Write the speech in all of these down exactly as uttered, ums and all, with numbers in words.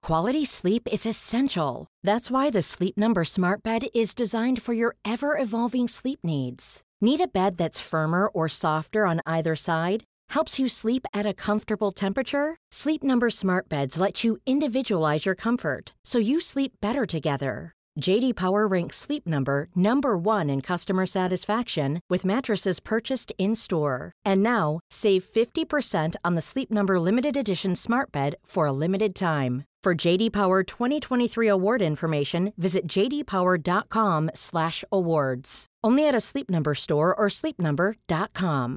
Quality sleep is essential. That's why the Sleep Number Smart Bed is designed for your ever-evolving sleep needs. Need a bed that's firmer or softer on either side? Helps you sleep at a comfortable temperature? Sleep Number Smart Beds let you individualize your comfort, so you sleep better together. J D Power ranks Sleep Number number one in customer satisfaction with mattresses purchased in-store. And now, save fifty percent on the Sleep Number Limited Edition Smart Bed for a limited time. For J D Power twenty twenty-three award information, visit j d power dot com slash awards. Only at a Sleep Number store or sleep number dot com.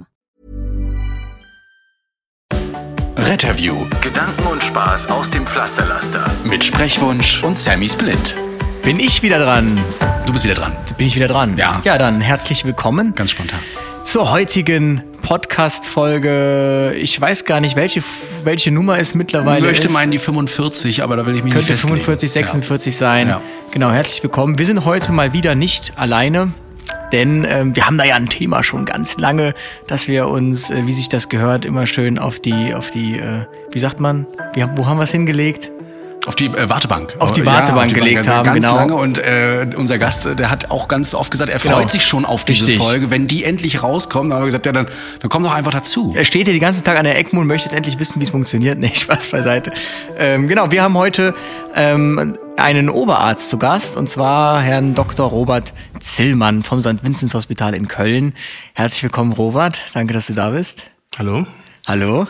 Retterview. Gedanken und Spaß aus dem Pflasterlaster. Mit Sprechwunsch und Sammy Splint. Bin ich wieder dran? Du bist wieder dran. Bin ich wieder dran? Ja. Ja, dann herzlich willkommen. Ganz spontan. Zur heutigen Podcast-Folge. Ich weiß gar nicht, welche, welche Nummer es mittlerweile ist. Ich möchte meinen die fünfundvierzig, aber da will ich mich Könnte nicht festlegen. fünfundvierzig, sechsundvierzig ja. sein. Ja. Genau, herzlich willkommen. Wir sind heute mal wieder nicht alleine, denn ähm, wir haben da ja ein Thema schon ganz lange, dass wir uns, äh, wie sich das gehört, immer schön auf die, auf die, äh, wie sagt man, wie, wo haben wir es hingelegt? Auf die äh, Wartebank. Auf die Wartebank ja, auf die gelegt Bank. Also haben, ganz genau. lange. Und äh, unser Gast, der hat auch ganz oft gesagt, er freut genau. sich schon auf diese Richtig. Folge. Wenn die endlich rauskommt, dann haben wir gesagt, ja, dann, dann komm doch einfach dazu. Er steht hier den ganzen Tag an der ECMO und möchte jetzt endlich wissen, wie es funktioniert. Nee, Spaß beiseite. Ähm, genau, wir haben heute ähm, einen Oberarzt zu Gast, und zwar Herrn Doktor Robert Zillmann vom Sankt Vinzenz Hospital in Köln. Herzlich willkommen, Robert. Danke, dass du da bist. Hallo. Hallo.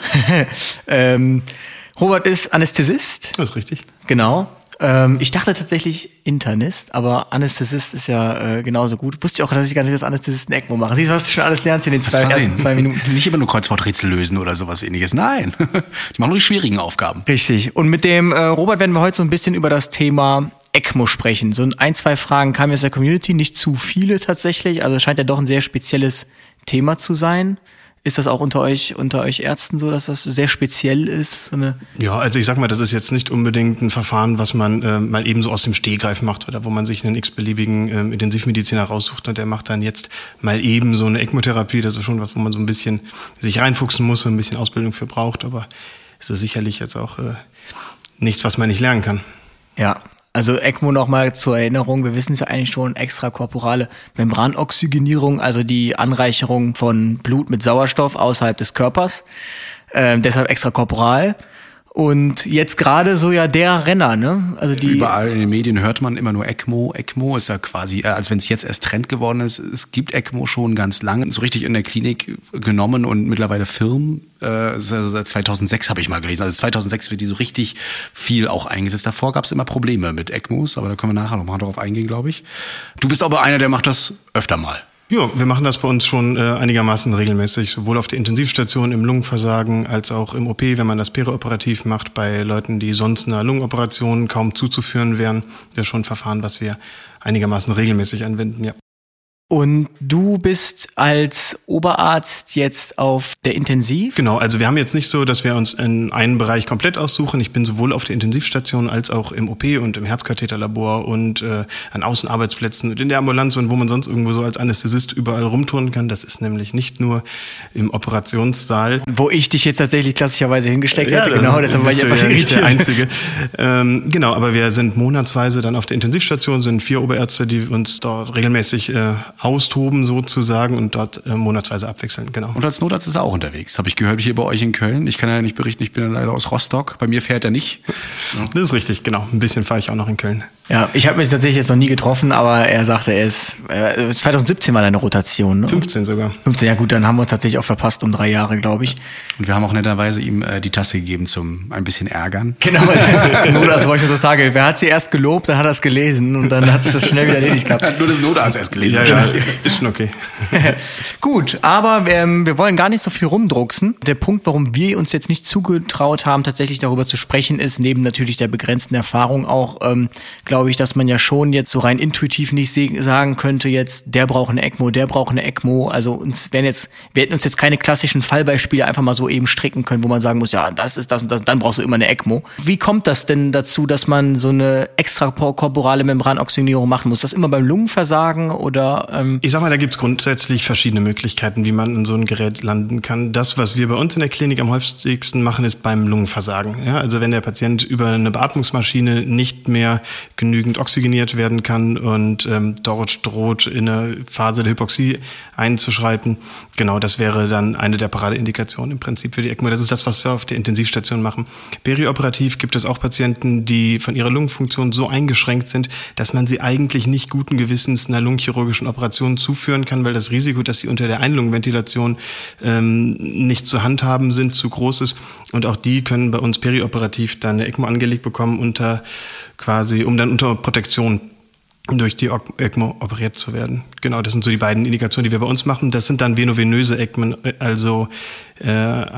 ähm, Robert ist Anästhesist. Das ist richtig. Genau. Ähm, ich dachte tatsächlich Internist, aber Anästhesist ist ja äh, genauso gut. Wusste ich auch, dass ich gar nicht, dass Anästhesisten ECMO machen. Siehst du, was du schon alles lernst in den zwei, ersten zwei Minuten. Nicht immer nur Kreuzworträtsel lösen oder sowas ähnliches. Nein, die machen nur die schwierigen Aufgaben. Richtig. Und mit dem äh, Robert werden wir heute so ein bisschen über das Thema ECMO sprechen. So ein, zwei Fragen kamen aus der Community, nicht zu viele tatsächlich. Also es scheint ja doch ein sehr spezielles Thema zu sein. Ist das auch unter euch, unter euch Ärzten so, dass das sehr speziell ist? So eine ja, also ich sag mal, das ist jetzt nicht unbedingt ein Verfahren, was man äh, mal eben so aus dem Stehgreif macht oder wo man sich einen x-beliebigen ähm, Intensivmediziner raussucht und der macht dann jetzt mal eben so eine ECMO-Therapie. Das ist schon was, wo man so ein bisschen sich reinfuchsen muss und ein bisschen Ausbildung für braucht, aber es ist sicherlich jetzt auch äh, nichts, was man nicht lernen kann. Ja. Also ECMO nochmal zur Erinnerung, wir wissen es ja eigentlich schon, extrakorporale Membranoxygenierung, also die Anreicherung von Blut mit Sauerstoff außerhalb des Körpers, äh, deshalb extrakorporal. Und jetzt gerade so ja der Renner, ne? Also die überall in den Medien hört man immer nur ECMO. ECMO ist ja quasi, äh, als wenn es jetzt erst Trend geworden ist. Es gibt ECMO schon ganz lange, so richtig in der Klinik genommen und mittlerweile Firmen. Äh, also seit zweitausendsechs habe ich mal gelesen. Also zweitausendsechs wird die so richtig viel auch eingesetzt. Davor gab es immer Probleme mit ECMOs, aber da können wir nachher noch mal drauf eingehen, glaube ich. Du bist aber einer, der macht das öfter mal. Ja, wir machen das bei uns schon äh, einigermaßen regelmäßig, sowohl auf der Intensivstation im Lungenversagen als auch im O P, wenn man das perioperativ macht, bei Leuten, die sonst einer Lungenoperation kaum zuzuführen wären. Das ist schon ein Verfahren, was wir einigermaßen regelmäßig anwenden, ja. Und du bist als Oberarzt jetzt auf der Intensiv? Genau, also wir haben jetzt nicht so, dass wir uns in einen Bereich komplett aussuchen. Ich bin sowohl auf der Intensivstation als auch im O P und im Herzkatheterlabor und äh, an Außenarbeitsplätzen und in der Ambulanz und wo man sonst irgendwo so als Anästhesist überall rumturnen kann. Das ist nämlich nicht nur im Operationssaal. Wo ich dich jetzt tatsächlich klassischerweise hingesteckt ja, hätte, genau, deshalb war ich etwas ja irritiert. Nicht der Einzige. ähm, genau, aber wir sind monatsweise dann auf der Intensivstation, sind vier Oberärzte, die uns dort regelmäßig äh, austoben sozusagen und dort äh, monatsweise abwechseln, genau. Und als Notarzt ist er auch unterwegs, habe ich gehört, hier bei euch in Köln. Ich kann ja nicht berichten, ich bin ja leider aus Rostock. Bei mir fährt er nicht. Ja. Das ist richtig, genau. Ein bisschen fahre ich auch noch in Köln. Ja, ich habe mich tatsächlich jetzt noch nie getroffen, aber er sagte, er ist, äh, zweitausendsiebzehn war deine Rotation, ne? fünfzehn sogar. fünfzehn, ja gut, dann haben wir uns tatsächlich auch verpasst um drei Jahre, glaube ich. Und wir haben auch netterweise ihm äh, die Tasse gegeben zum ein bisschen ärgern. Genau, Notarzt wollte ich das sagen. Wer hat sie erst gelobt, dann hat er es gelesen und dann hat sich das schnell wieder erledigt gehabt. Hat nur das Notarzt erst gelesen. Ja, ja, ist schon okay. Gut, aber ähm, wir wollen gar nicht so viel rumdrucksen. Der Punkt, warum wir uns jetzt nicht zugetraut haben, tatsächlich darüber zu sprechen, ist neben natürlich der begrenzten Erfahrung auch, ähm, glaube ich, dass man ja schon jetzt so rein intuitiv nicht se- sagen könnte, jetzt der braucht eine ECMO, der braucht eine ECMO. Also uns werden jetzt, wir hätten uns jetzt keine klassischen Fallbeispiele einfach mal so eben stricken können, wo man sagen muss, ja, das ist das und das, dann brauchst du immer eine ECMO. Wie kommt das denn dazu, dass man so eine extrakorporale Membranoxygenierung machen muss? Ist das immer beim Lungenversagen oder Ähm ich sag mal, da gibt's grundsätzlich verschiedene Möglichkeiten, wie man in so ein Gerät landen kann. Das, was wir bei uns in der Klinik am häufigsten machen, ist beim Lungenversagen. Ja, also wenn der Patient über eine Beatmungsmaschine nicht mehr genügend oxygeniert werden kann und ähm, dort droht, in eine Phase der Hypoxie einzuschreiten. Genau, das wäre dann eine der Paradeindikationen im Prinzip für die ECMO. Das ist das, was wir auf der Intensivstation machen. Perioperativ gibt es auch Patienten, die von ihrer Lungenfunktion so eingeschränkt sind, dass man sie eigentlich nicht guten Gewissens einer lungenchirurgischen Operation zuführen kann, weil das Risiko, dass sie unter der Einlungenventilation ähm, nicht zu handhaben sind, zu groß ist. Und auch die können bei uns perioperativ dann eine ECMO angelegt bekommen, unter quasi, um dann unter Protektion durch die ECMO operiert zu werden. Genau, das sind so die beiden Indikationen, die wir bei uns machen. Das sind dann venovenöse ECMO, also äh,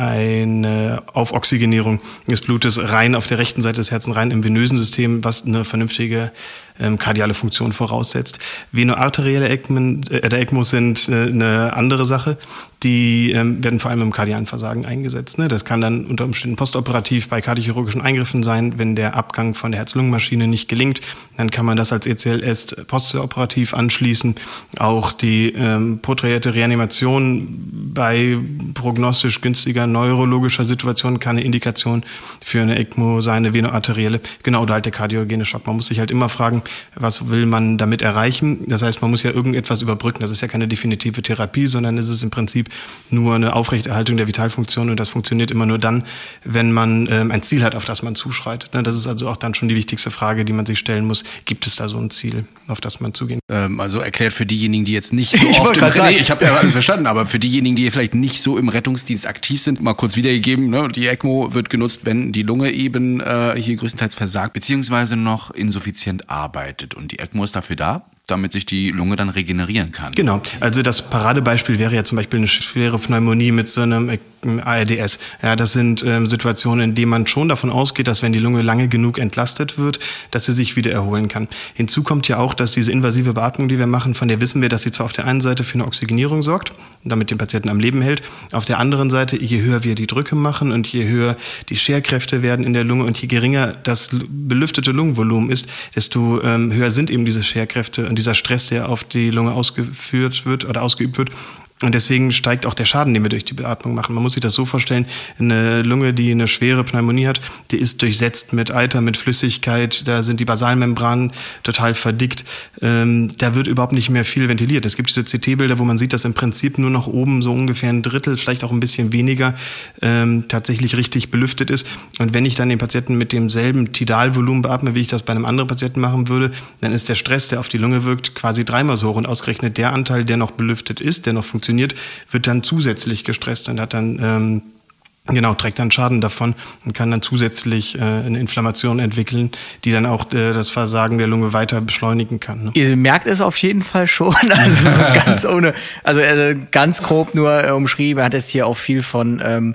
eine Aufoxygenierung des Blutes rein auf der rechten Seite des Herzens, rein im venösen System, was eine vernünftige ähm, kardiale Funktion voraussetzt. Venoarterielle ECMO, äh, der ECMOs sind äh, eine andere Sache. Die ähm, werden vor allem im kardialen Versagen eingesetzt. Ne? Das kann dann unter Umständen postoperativ bei kardiochirurgischen Eingriffen sein, wenn der Abgang von der Herz-Lungen-Maschine nicht gelingt. Dann kann man das als E C L S postoperativ anschließen. Auch die ähm, protrahierte Reanimation bei prognostisch günstiger neurologischer Situation kann eine Indikation für eine ECMO sein, eine venoarterielle. Genau, oder halt der kardiogene Schock. Man muss sich halt immer fragen, was will man damit erreichen? Das heißt, man muss ja irgendetwas überbrücken. Das ist ja keine definitive Therapie, sondern es ist im Prinzip nur eine Aufrechterhaltung der Vitalfunktion, und das funktioniert immer nur dann, wenn man ähm, ein Ziel hat, auf das man zuschreitet. Ne? Das ist also auch dann schon die wichtigste Frage, die man sich stellen muss. Gibt es da so ein Ziel, auf das man zugehen? Ähm, also erklärt für diejenigen, die jetzt nicht so ich oft im Rettungsdienst, nee, ich habe ja alles verstanden, aber für diejenigen, die vielleicht nicht so im Rettungsdienst aktiv sind, mal kurz wiedergegeben, ne? Die ECMO wird genutzt, wenn die Lunge eben äh, hier größtenteils versagt, beziehungsweise noch insuffizient arbeitet, und die ECMO ist dafür da, damit sich die Lunge dann regenerieren kann. Genau, also das Paradebeispiel wäre ja zum Beispiel eine schwere Pneumonie mit so einem A R D S. Ja, das sind ähm, Situationen, in denen man schon davon ausgeht, dass wenn die Lunge lange genug entlastet wird, dass sie sich wieder erholen kann. Hinzu kommt ja auch, dass diese invasive Beatmung, die wir machen, von der wissen wir, dass sie zwar auf der einen Seite für eine Oxygenierung sorgt und damit den Patienten am Leben hält, auf der anderen Seite, je höher wir die Drücke machen und je höher die Scherkräfte werden in der Lunge und je geringer das belüftete Lungenvolumen ist, desto ähm, höher sind eben diese Scherkräfte und dieser Stress, der auf die Lunge ausgeführt wird oder ausgeübt wird. Und deswegen steigt auch der Schaden, den wir durch die Beatmung machen. Man muss sich das so vorstellen, eine Lunge, die eine schwere Pneumonie hat, die ist durchsetzt mit Eiter, mit Flüssigkeit, da sind die Basalmembranen total verdickt. Ähm, da wird überhaupt nicht mehr viel ventiliert. Es gibt diese C T-Bilder, wo man sieht, dass im Prinzip nur noch oben so ungefähr ein Drittel, vielleicht auch ein bisschen weniger, ähm, tatsächlich richtig belüftet ist. Und wenn ich dann den Patienten mit demselben Tidalvolumen beatme, wie ich das bei einem anderen Patienten machen würde, dann ist der Stress, der auf die Lunge wirkt, quasi dreimal so hoch. Und ausgerechnet der Anteil, der noch belüftet ist, der noch funktioniert, wird dann zusätzlich gestresst und hat dann ähm, genau trägt dann Schaden davon und kann dann zusätzlich äh, eine Inflammation entwickeln, die dann auch äh, das Versagen der Lunge weiter beschleunigen kann. Ne? Ihr merkt es auf jeden Fall schon, also so ganz ohne, also äh, ganz grob nur äh, umschrieben. Er hat jetzt hier auch viel von ähm,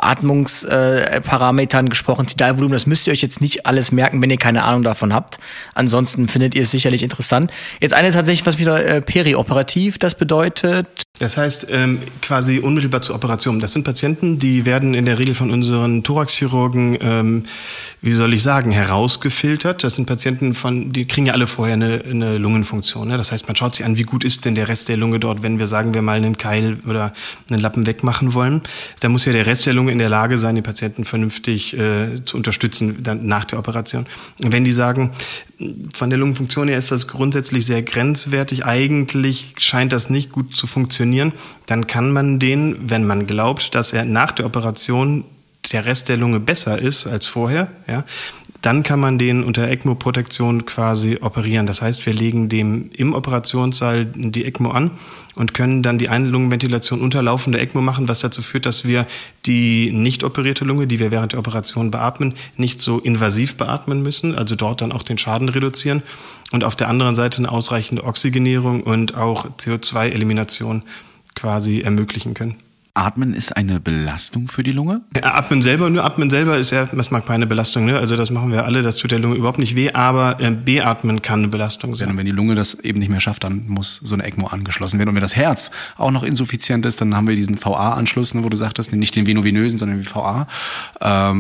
Beatmungsparametern äh, gesprochen, Tidalvolumen. Das müsst ihr euch jetzt nicht alles merken, wenn ihr keine Ahnung davon habt. Ansonsten findet ihr es sicherlich interessant. Jetzt eine tatsächlich, was wieder äh, perioperativ, das bedeutet. Das heißt ähm, quasi unmittelbar zur Operation. Das sind Patienten, die werden in der Regel von unseren Thoraxchirurgen, ähm, wie soll ich sagen, herausgefiltert. Das sind Patienten, von, die kriegen ja alle vorher eine, eine Lungenfunktion. Ne? Das heißt, man schaut sich an, wie gut ist denn der Rest der Lunge dort, wenn wir, sagen wir mal, einen Keil oder einen Lappen wegmachen wollen. Da muss ja der Rest der Lunge in der Lage sein, die Patienten vernünftig äh, zu unterstützen dann nach der Operation. Und wenn die sagen, von der Lungenfunktion her ist das grundsätzlich sehr grenzwertig, eigentlich scheint das nicht gut zu funktionieren, dann kann man den, wenn man glaubt, dass er nach der Operation der Rest der Lunge besser ist als vorher, ja, dann kann man den unter ECMO-Protektion quasi operieren. Das heißt, wir legen dem im Operationssaal die ECMO an und können dann die Einlungenventilation unter laufender ECMO machen, was dazu führt, dass wir die nicht operierte Lunge, die wir während der Operation beatmen, nicht so invasiv beatmen müssen, also dort dann auch den Schaden reduzieren und auf der anderen Seite eine ausreichende Oxygenierung und auch C O zwei Elimination quasi ermöglichen können. Atmen ist eine Belastung für die Lunge? Atmen selber, nur Atmen selber ist ja erstmal keine Belastung, ne? Also das machen wir alle, das tut der Lunge überhaupt nicht weh, aber äh, beatmen kann eine Belastung sein. Ja, und wenn die Lunge das eben nicht mehr schafft, dann muss so eine ECMO angeschlossen werden. Und wenn das Herz auch noch insuffizient ist, dann haben wir diesen V A-Anschluss, ne, wo du sagtest, nicht den venovenösen, sondern den V A. Ähm,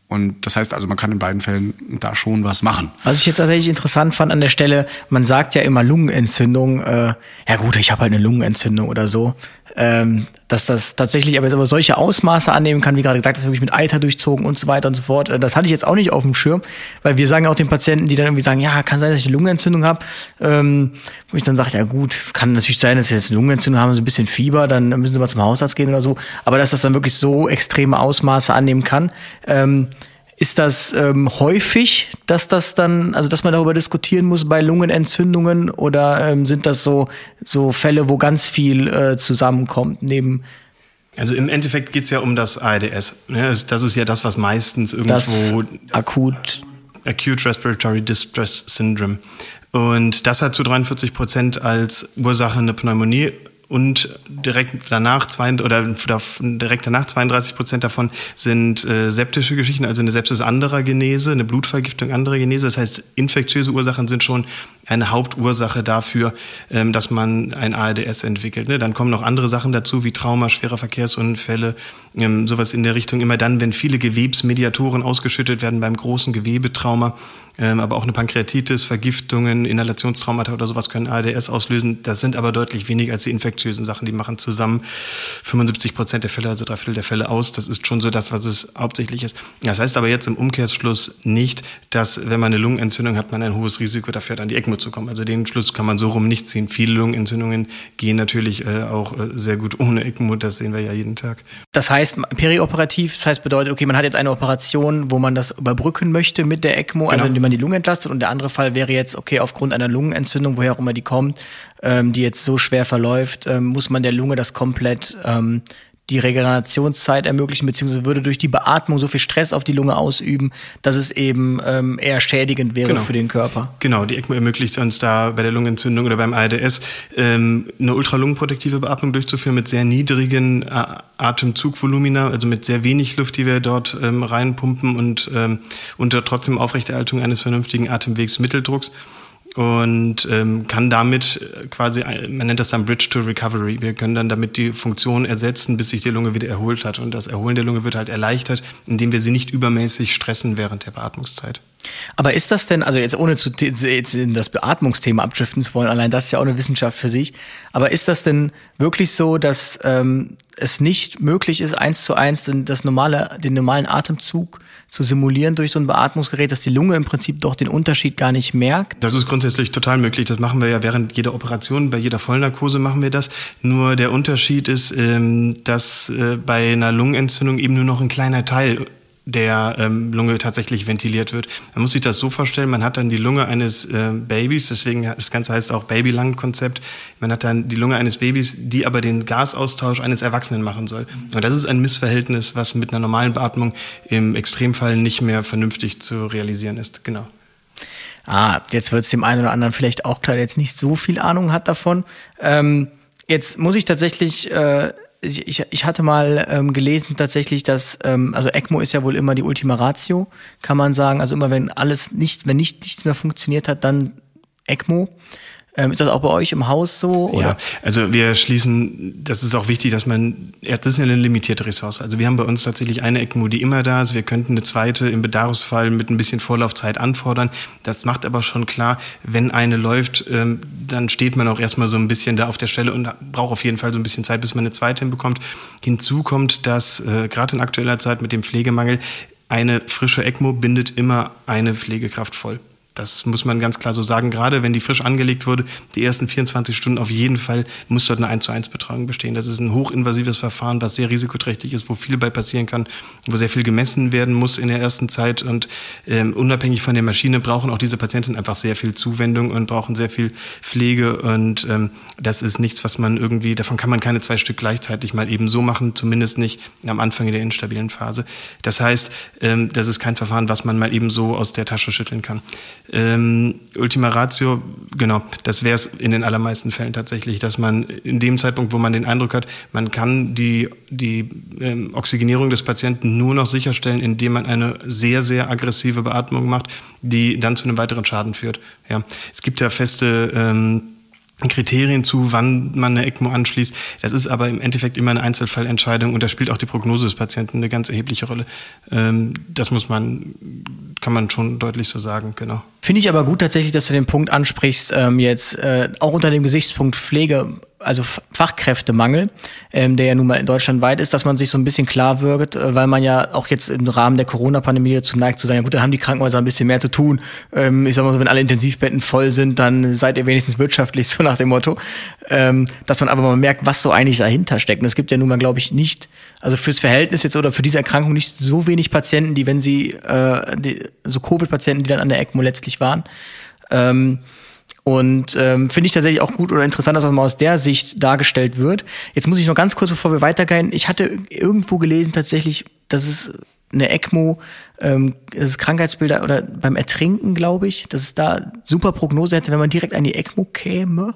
Und das heißt also, man kann in beiden Fällen da schon was machen. Was ich jetzt tatsächlich interessant fand an der Stelle, man sagt ja immer Lungenentzündung, äh, ja gut, ich habe halt eine Lungenentzündung oder so, ähm, dass das tatsächlich aber, aber solche Ausmaße annehmen kann, wie gerade gesagt, das ist wirklich mit Alter durchzogen und so weiter und so fort. Das hatte ich jetzt auch nicht auf dem Schirm, weil wir sagen auch den Patienten, die dann irgendwie sagen, ja, kann sein, dass ich eine Lungenentzündung habe, ähm, wo ich dann sage, ja gut, kann natürlich sein, dass sie jetzt eine Lungenentzündung haben, so ein bisschen Fieber, dann müssen sie mal zum Hausarzt gehen oder so, aber dass das dann wirklich so extreme Ausmaße annehmen kann, ähm, ist das ähm, häufig, dass das dann, also dass man darüber diskutieren muss bei Lungenentzündungen, oder ähm, sind das so so Fälle, wo ganz viel äh, zusammenkommt neben? Also im Endeffekt geht's ja um das A R D S. Das ist ja das, was meistens irgendwo das akut Acute Respiratory Distress Syndrome. Und das hat zu dreiundvierzig Prozent als Ursache eine Pneumonie. Und direkt danach zwei, oder direkt danach zweiunddreißig Prozent davon sind äh, septische Geschichten, also eine Sepsis anderer Genese, eine Blutvergiftung anderer Genese. Das heißt, infektiöse Ursachen sind schon eine Hauptursache dafür, ähm, dass man ein A R D S entwickelt. Ne? Dann kommen noch andere Sachen dazu, wie Trauma, schwere Verkehrsunfälle, ähm, sowas in der Richtung. Immer dann, wenn viele Gewebsmediatoren ausgeschüttet werden beim großen Gewebetrauma, ähm, aber auch eine Pankreatitis, Vergiftungen, Inhalationstraumata oder sowas können A R D S auslösen. Das sind aber deutlich weniger als die infektiösen Sachen. Die machen zusammen fünfundsiebzig Prozent der Fälle, also drei Viertel der Fälle aus. Das ist schon so das, was es hauptsächlich ist. Das heißt aber jetzt im Umkehrschluss nicht, dass, wenn man eine Lungenentzündung hat, man ein hohes Risiko dafür hat, an die ECMO zu kommen. Also den Schluss kann man so rum nicht ziehen. Viele Lungenentzündungen gehen natürlich äh, auch äh, sehr gut ohne ECMO. Das sehen wir ja jeden Tag. Das heißt perioperativ, das heißt bedeutet, okay, man hat jetzt eine Operation, wo man das überbrücken möchte mit der ECMO, genau. Also indem man die Lunge entlastet, und der andere Fall wäre jetzt, okay, aufgrund einer Lungenentzündung, woher auch immer die kommt, ähm, die jetzt so schwer verläuft, ähm, muss man der Lunge das komplett ähm, die Regenerationszeit ermöglichen, beziehungsweise würde durch die Beatmung so viel Stress auf die Lunge ausüben, dass es eben ähm, eher schädigend wäre genau. für den Körper. Genau, die ECMO ermöglicht uns da bei der Lungenentzündung oder beim A R D S ähm, eine ultralungenprotektive Beatmung durchzuführen mit sehr niedrigen äh, Atemzugvolumina, also mit sehr wenig Luft, die wir dort ähm, reinpumpen, und ähm, unter trotzdem Aufrechterhaltung eines vernünftigen Atemwegsmitteldrucks. Und ähm, kann damit quasi, man nennt das dann Bridge to Recovery. Wir können dann damit die Funktion ersetzen, bis sich die Lunge wieder erholt hat. Und das Erholen der Lunge wird halt erleichtert, indem wir sie nicht übermäßig stressen während der Beatmungszeit. Aber ist das denn, also jetzt ohne zu, jetzt in das Beatmungsthema abdriften zu wollen, allein das ist ja auch eine Wissenschaft für sich, aber ist das denn wirklich so, dass ähm, es nicht möglich ist, eins zu eins den, das normale, den normalen Atemzug zu simulieren durch so ein Beatmungsgerät, dass die Lunge im Prinzip doch den Unterschied gar nicht merkt? Das ist grundsätzlich total möglich. Das machen wir ja während jeder Operation, bei jeder Vollnarkose machen wir das. Nur der Unterschied ist, ähm, dass äh, bei einer Lungenentzündung eben nur noch ein kleiner Teil der ähm, Lunge tatsächlich ventiliert wird. Man muss sich das so vorstellen, man hat dann die Lunge eines äh, Babys, deswegen das Ganze heißt auch Baby-Lung-Konzept. Man hat dann die Lunge eines Babys, die aber den Gasaustausch eines Erwachsenen machen soll. Und das ist ein Missverhältnis, was mit einer normalen Beatmung im Extremfall nicht mehr vernünftig zu realisieren ist. Genau. Ah, jetzt wird es dem einen oder anderen vielleicht auch klar, der jetzt nicht so viel Ahnung hat davon. Ähm, jetzt muss ich tatsächlich... Äh, Ich, ich hatte mal ähm, gelesen tatsächlich, dass ähm, also ECMO ist ja wohl immer die Ultima Ratio, kann man sagen. Also immer wenn alles nicht, wenn nicht nichts mehr funktioniert hat, dann ECMO. Ähm, ist das auch bei euch im Haus so? Oder? Ja, also wir schließen, das ist auch wichtig, dass man, das ist ja eine limitierte Ressource. Also wir haben bei uns tatsächlich eine ECMO, die immer da ist. Wir könnten eine zweite im Bedarfsfall mit ein bisschen Vorlaufzeit anfordern. Das macht aber schon klar, wenn eine läuft, ähm, dann steht man auch erstmal so ein bisschen da auf der Stelle und braucht auf jeden Fall so ein bisschen Zeit, bis man eine zweite hinbekommt. Hinzu kommt, dass äh, gerade in aktueller Zeit mit dem Pflegemangel eine frische ECMO bindet immer eine Pflegekraft voll. Das muss man ganz klar so sagen. Gerade wenn die frisch angelegt wurde, die ersten vierundzwanzig Stunden auf jeden Fall muss dort eine eins zu eins Betreuung bestehen. Das ist ein hochinvasives Verfahren, was sehr risikoträchtig ist, wo viel bei passieren kann, wo sehr viel gemessen werden muss in der ersten Zeit. Und ähm, unabhängig von der Maschine brauchen auch diese Patienten einfach sehr viel Zuwendung und brauchen sehr viel Pflege. Und ähm, das ist nichts, was man irgendwie, davon kann man keine zwei Stück gleichzeitig mal eben so machen, zumindest nicht am Anfang in der instabilen Phase. Das heißt, ähm, das ist kein Verfahren, was man mal eben so aus der Tasche schütteln kann. Ähm, Ultima Ratio, genau, das wäre es in den allermeisten Fällen tatsächlich, dass man in dem Zeitpunkt, wo man den Eindruck hat, man kann die, die ähm, Oxygenierung des Patienten nur noch sicherstellen, indem man eine sehr, sehr aggressive Beatmung macht, die dann zu einem weiteren Schaden führt. Ja, es gibt ja feste ähm, Kriterien zu, wann man eine ECMO anschließt. Das ist aber im Endeffekt immer eine Einzelfallentscheidung und da spielt auch die Prognose des Patienten eine ganz erhebliche Rolle. Das muss man, kann man schon deutlich so sagen, genau. Finde ich aber gut tatsächlich, dass du den Punkt ansprichst, ähm, jetzt äh, auch unter dem Gesichtspunkt Pflege, also Fachkräftemangel, ähm, der ja nun mal in Deutschland weit ist, dass man sich so ein bisschen klar wird, äh, weil man ja auch jetzt im Rahmen der Corona-Pandemie dazu neigt zu sagen, ja gut, dann haben die Krankenhäuser ein bisschen mehr zu tun. Ähm, ich sag mal so, wenn alle Intensivbetten voll sind, dann seid ihr wenigstens wirtschaftlich, so nach dem Motto. Ähm, dass man aber mal merkt, was so eigentlich dahinter steckt. Und es gibt ja nun mal, glaube ich, nicht, also fürs Verhältnis jetzt oder für diese Erkrankung nicht so wenig Patienten, die, wenn sie, äh, die, so Covid-Patienten, die dann an der ECMO letztlich waren. Ähm, Und ähm, finde ich tatsächlich auch gut oder interessant, dass das mal aus der Sicht dargestellt wird. Jetzt muss ich noch ganz kurz, bevor wir weitergehen, ich hatte irgendwo gelesen tatsächlich, dass es eine ECMO, ähm, das ist Krankheitsbilder oder beim Ertrinken, glaube ich, dass es da super Prognose hätte, wenn man direkt an die ECMO käme.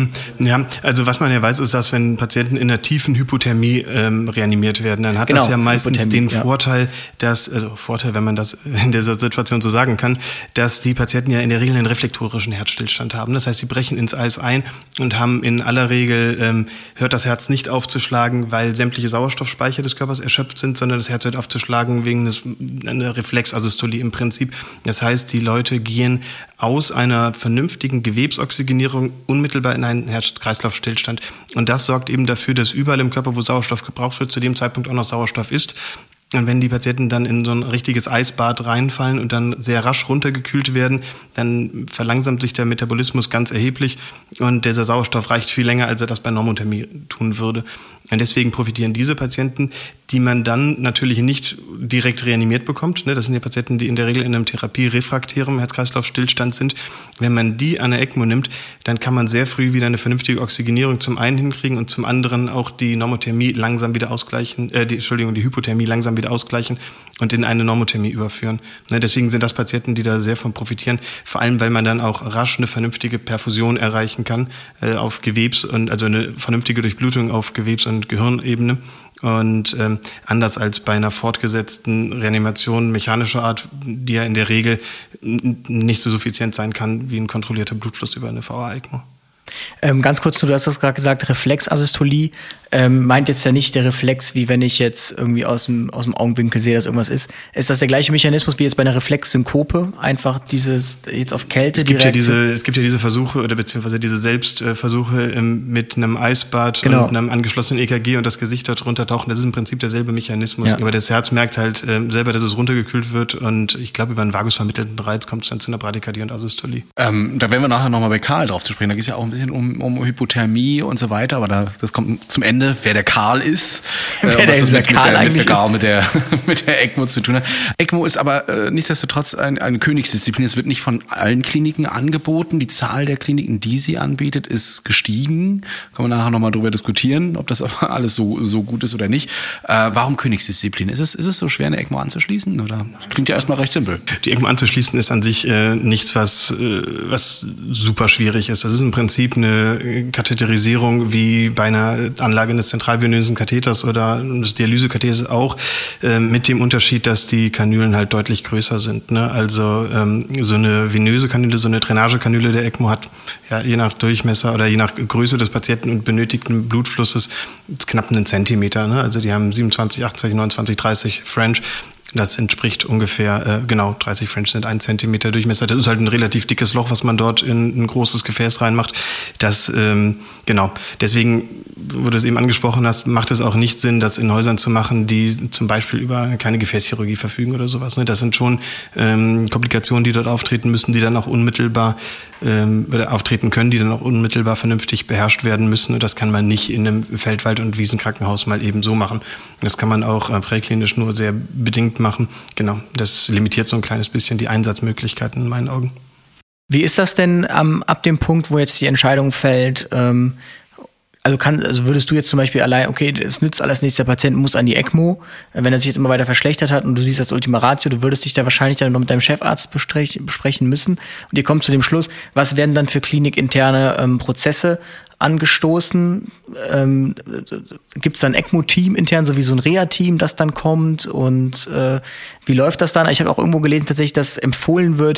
Ja, also was man ja weiß, ist, dass wenn Patienten in einer tiefen Hypothermie ähm, reanimiert werden, dann hat genau, das ja meistens den ja. Vorteil, dass, also Vorteil, wenn man das in dieser Situation so sagen kann, dass die Patienten ja in der Regel einen reflektorischen Herzstillstand haben. Das heißt, sie brechen ins Eis ein und haben in aller Regel, ähm, hört das Herz nicht auf zu schlagen, weil sämtliche Sauerstoffspeicher des Körpers erschöpft sind, sondern das Herz hört auf zu schlagen wegen des, einer Reflexasystolie im Prinzip. Das heißt, die Leute gehen aus einer vernünftigen Gewebsoxygenierung unmittelbar in einen Herz-Kreislauf-Stillstand. Und das sorgt eben dafür, dass überall im Körper, wo Sauerstoff gebraucht wird, zu dem Zeitpunkt auch noch Sauerstoff ist. Und wenn die Patienten dann in so ein richtiges Eisbad reinfallen und dann sehr rasch runtergekühlt werden, dann verlangsamt sich der Metabolismus ganz erheblich und dieser Sauerstoff reicht viel länger, als er das bei Normothermie tun würde. Und deswegen profitieren diese Patienten, die man dann natürlich nicht direkt reanimiert bekommt. Das sind ja Patienten, die in der Regel in einem therapierefraktären Herz-Kreislauf-Stillstand sind. Wenn man die an der ECMO nimmt, dann kann man sehr früh wieder eine vernünftige Oxygenierung zum einen hinkriegen und zum anderen auch die Normothermie langsam wieder ausgleichen, äh, die, Entschuldigung, die Hypothermie langsam wieder ausgleichen und in eine Normothermie überführen. Deswegen sind das Patienten, die da sehr von profitieren, vor allem, weil man dann auch rasch eine vernünftige Perfusion erreichen kann äh, auf Gewebs- und also eine vernünftige Durchblutung auf Gewebs- und Gehirnebene. Und ähm, anders als bei einer fortgesetzten Reanimation mechanischer Art, die ja in der Regel n- nicht so suffizient sein kann wie ein kontrollierter Blutfluss über eine V A-ECMO. Ähm, ganz kurz, du hast das gerade gesagt, Reflexasystolie, ähm, meint jetzt ja nicht der Reflex, wie wenn ich jetzt irgendwie aus dem, aus dem Augenwinkel sehe, dass irgendwas ist. Ist das der gleiche Mechanismus wie jetzt bei einer Reflexsynkope? Einfach dieses, jetzt auf Kälte es gibt direkt? Ja diese, es gibt ja diese Versuche oder beziehungsweise diese Selbstversuche ähm, mit einem Eisbad genau. und einem angeschlossenen E K G und das Gesicht dort runtertauchen. Das ist im Prinzip derselbe Mechanismus. Ja. Aber das Herz merkt halt ähm, selber, dass es runtergekühlt wird und ich glaube, über einen vagusvermittelten Reiz kommt es dann zu einer Bradykardie und Asystolie. Ähm, da werden wir nachher nochmal bei Karl drauf zu sprechen. Da geht es ja auch ein bisschen um, um Hypothermie und so weiter, aber da, das kommt zum Ende, wer der Karl ist. Wer äh, der ist, der Karl der, eigentlich mit der, mit der, mit der ECMO zu tun hat. ECMO ist aber äh, nichtsdestotrotz ein, eine Königsdisziplin. Es wird nicht von allen Kliniken angeboten. Die Zahl der Kliniken, die sie anbietet, ist gestiegen. Können wir nachher nochmal drüber diskutieren, ob das aber alles so, so gut ist oder nicht. Äh, warum Königsdisziplin? Ist es, ist es so schwer, eine ECMO anzuschließen? Oder? Das klingt ja erstmal recht simpel. Die ECMO anzuschließen ist an sich äh, nichts, was, äh, was super schwierig ist. Das ist im Prinzip eine Katheterisierung wie bei einer Anlage eines zentralvenösen Katheters oder des Dialysekathets auch, äh, mit dem Unterschied, dass die Kanülen halt deutlich größer sind. Ne? Also ähm, so eine venöse Kanüle, so eine Drainagekanüle der ECMO hat ja je nach Durchmesser oder je nach Größe des Patienten und benötigten Blutflusses knapp einen Zentimeter. Ne? Also die haben siebenundzwanzig, achtundzwanzig, neunundzwanzig, dreißig French. Das entspricht ungefähr, äh, genau, dreißig French sind ein Zentimeter Durchmesser. Das ist halt ein relativ dickes Loch, was man dort in ein großes Gefäß reinmacht. Das, ähm, genau, deswegen, wo du es eben angesprochen hast, macht es auch nicht Sinn, das in Häusern zu machen, die zum Beispiel über keine Gefäßchirurgie verfügen oder sowas. Ne? Das sind schon ähm, Komplikationen, die dort auftreten müssen, die dann auch unmittelbar ähm, oder auftreten können, die dann auch unmittelbar vernünftig beherrscht werden müssen. Und das kann man nicht in einem Feldwald- und Wiesenkrankenhaus mal eben so machen. Das kann man auch äh, präklinisch nur sehr bedingt machen. Genau, das limitiert so ein kleines bisschen die Einsatzmöglichkeiten in meinen Augen. Wie ist das denn ähm, ab dem Punkt, wo jetzt die Entscheidung fällt, ähm, also kann, also würdest du jetzt zum Beispiel allein, okay, es nützt alles nichts, der Patient muss an die ECMO, wenn er sich jetzt immer weiter verschlechtert hat und du siehst das Ultima Ratio, du würdest dich da wahrscheinlich dann noch mit deinem Chefarzt besprechen müssen und ihr kommt zu dem Schluss, was werden dann für klinikinterne ähm, Prozesse angestoßen? Ähm, gibt es dann ein ECMO-Team intern, so wie so ein Reha-Team, das dann kommt? Und äh, wie läuft das dann? Ich habe auch irgendwo gelesen tatsächlich, dass empfohlen wird,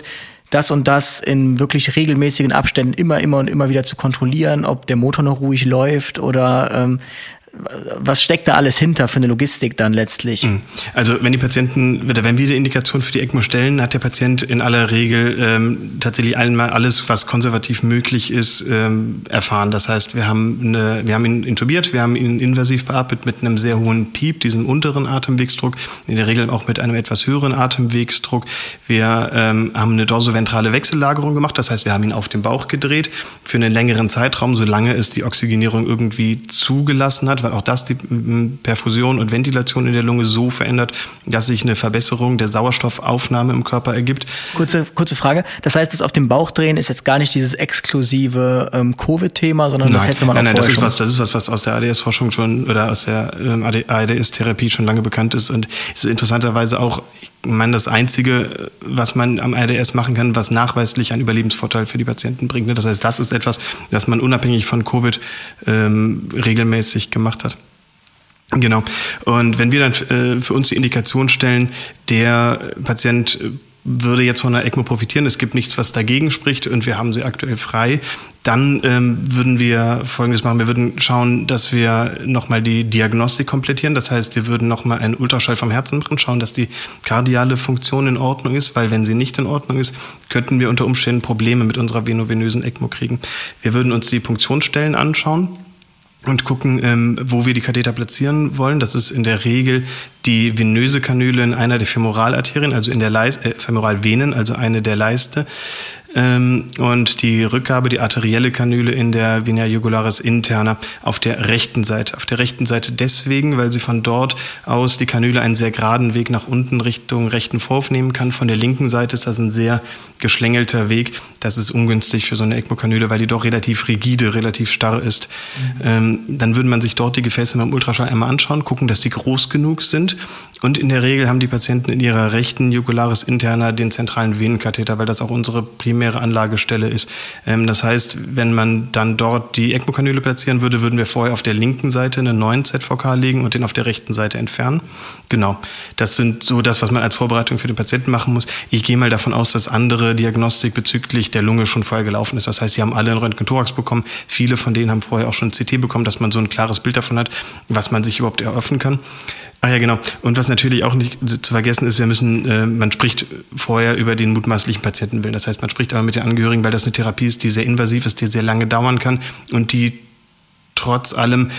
das und das in wirklich regelmäßigen Abständen immer, immer und immer wieder zu kontrollieren, ob der Motor noch ruhig läuft oder ähm, was steckt da alles hinter für eine Logistik dann letztlich? Also wenn die Patienten, wenn wir die Indikation für die ECMO stellen, hat der Patient in aller Regel ähm, tatsächlich einmal alles, was konservativ möglich ist, ähm, erfahren. Das heißt, wir haben eine, wir haben ihn intubiert, wir haben ihn invasiv beatmet mit einem sehr hohen Piep, diesem unteren Atemwegsdruck, in der Regel auch mit einem etwas höheren Atemwegsdruck. Wir ähm, haben eine dorsoventrale Wechsellagerung gemacht, das heißt, wir haben ihn auf den Bauch gedreht für einen längeren Zeitraum, solange es die Oxygenierung irgendwie zugelassen hat, weil auch das die Perfusion und Ventilation in der Lunge so verändert, dass sich eine Verbesserung der Sauerstoffaufnahme im Körper ergibt. Kurze, kurze Frage. Das heißt, das auf dem Bauch drehen ist jetzt gar nicht dieses exklusive ähm, Covid-Thema, sondern nein, das hätte man nein, auch nein, vorher das ist schon. was, das ist was, was aus der A D S-Forschung schon oder aus der ähm, A D S-Therapie schon lange bekannt ist und ist interessanterweise auch, ich meine, das Einzige, was man am A D S machen kann, was nachweislich einen Überlebensvorteil für die Patienten bringt. Das heißt, das ist etwas, das man unabhängig von Covid ähm, regelmäßig gemacht hat. Genau. Und wenn wir dann äh, für uns die Indikation stellen, der Patient würde jetzt von einer ECMO profitieren, es gibt nichts, was dagegen spricht und wir haben sie aktuell frei, dann ähm, würden wir Folgendes machen. Wir würden schauen, dass wir nochmal die Diagnostik komplettieren. Das heißt, wir würden nochmal einen Ultraschall vom Herzen machen, schauen, dass die kardiale Funktion in Ordnung ist, weil wenn sie nicht in Ordnung ist, könnten wir unter Umständen Probleme mit unserer venovenösen ECMO kriegen. Wir würden uns die Punktionsstellen anschauen und gucken, ähm, wo wir die Katheter platzieren wollen. Das ist in der Regel die venöse Kanüle in einer der Femoralarterien, also in der Leiste, äh, Femoralvenen, also eine der Leiste. Ähm, und die Rückgabe, die arterielle Kanüle in der Vena jugularis interna auf der rechten Seite. Auf der rechten Seite deswegen, weil sie von dort aus die Kanüle einen sehr geraden Weg nach unten Richtung rechten Vorhof nehmen kann. Von der linken Seite ist das ein sehr geschlängelter Weg. Das ist ungünstig für so eine ECMO-Kanüle, weil die doch relativ rigide, relativ starr ist. Mhm. Ähm, dann würde man sich dort die Gefäße mit dem Ultraschall einmal anschauen, gucken, dass die groß genug sind. Und in der Regel haben die Patienten in ihrer rechten Jugularis interna den zentralen Venenkatheter, weil das auch unsere primäre Anlagestelle ist. Ähm, das heißt, wenn man dann dort die ECMO-Kanüle platzieren würde, würden wir vorher auf der linken Seite einen neuen Z V K legen und den auf der rechten Seite entfernen. Genau. Das sind so das, was man als Vorbereitung für den Patienten machen muss. Ich gehe mal davon aus, dass andere Diagnostik bezüglich der Lunge schon vorher gelaufen ist. Das heißt, sie haben alle einen Röntgen-Thorax bekommen. Viele von denen haben vorher auch schon ein C T bekommen, dass man so ein klares Bild davon hat, was man sich überhaupt eröffnen kann. Ach ja, genau. Und was natürlich auch nicht zu vergessen ist, wir müssen, äh, man spricht vorher über den mutmaßlichen Patientenwillen. Das heißt, man spricht aber mit den Angehörigen, weil das eine Therapie ist, die sehr invasiv ist, die sehr lange dauern kann und die trotz allem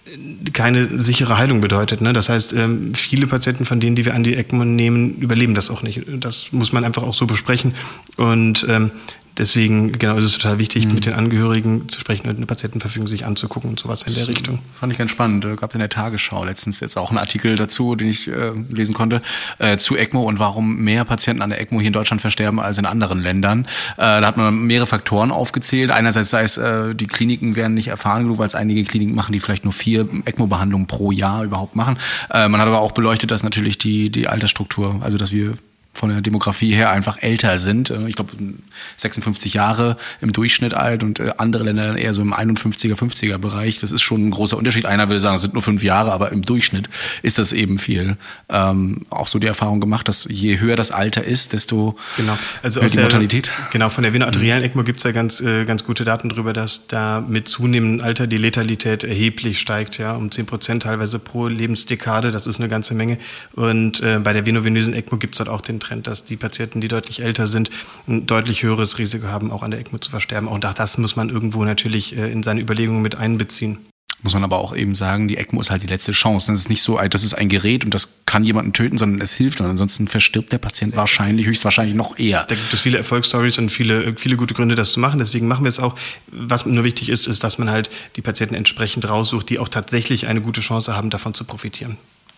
keine sichere Heilung bedeutet. Ne? Das heißt, ähm, viele Patienten von denen, die wir an die ECMO nehmen, überleben das auch nicht. Das muss man einfach auch so besprechen. Und ähm, deswegen, genau, ist es total wichtig, mhm. mit den Angehörigen zu sprechen und eine Patientenverfügung sich anzugucken und sowas in der Richtung. Fand ich ganz spannend. Gab in der Tagesschau letztens jetzt auch einen Artikel dazu, den ich äh, lesen konnte, äh, zu ECMO und warum mehr Patienten an der ECMO hier in Deutschland versterben als in anderen Ländern. Äh, da hat man mehrere Faktoren aufgezählt. Einerseits sei es, äh, die Kliniken werden nicht erfahren genug, weil es einige Kliniken machen, die vielleicht nur vier ECMO-Behandlungen pro Jahr überhaupt machen. Äh, man hat aber auch beleuchtet, dass natürlich die, die Altersstruktur, also dass wir von der Demografie her einfach älter sind. Ich glaube, sechsundfünfzig Jahre im Durchschnitt alt und andere Länder eher so im einundfünfziger, fünfziger Bereich. Das ist schon ein großer Unterschied. Einer will sagen, es sind nur fünf Jahre, aber im Durchschnitt ist das eben viel. Ähm, auch so die Erfahrung gemacht, dass je höher das Alter ist, desto genau. Also höher aus die der, Mortalität. Genau, von der venoarteriellen ECMO gibt es ja ganz, äh, ganz gute Daten darüber, dass da mit zunehmendem Alter die Letalität erheblich steigt, ja, um zehn Prozent teilweise pro Lebensdekade. Das ist eine ganze Menge. Und äh, bei der venovenösen ECMO gibt es dort auch den Trend, dass die Patienten, die deutlich älter sind, ein deutlich höheres Risiko haben, auch an der ECMO zu versterben. Und auch das muss man irgendwo natürlich in seine Überlegungen mit einbeziehen. Muss man aber auch eben sagen, die ECMO ist halt die letzte Chance. Das ist nicht so, das ist ein Gerät und das kann jemanden töten, sondern es hilft. Und ansonsten verstirbt der Patient wahrscheinlich, höchstwahrscheinlich noch eher. Da gibt es viele Erfolgsstories und viele, viele gute Gründe, das zu machen. Deswegen machen wir es auch. Was nur wichtig ist, ist, dass man halt die Patienten entsprechend raussucht, die auch tatsächlich eine gute Chance haben, davon zu profitieren.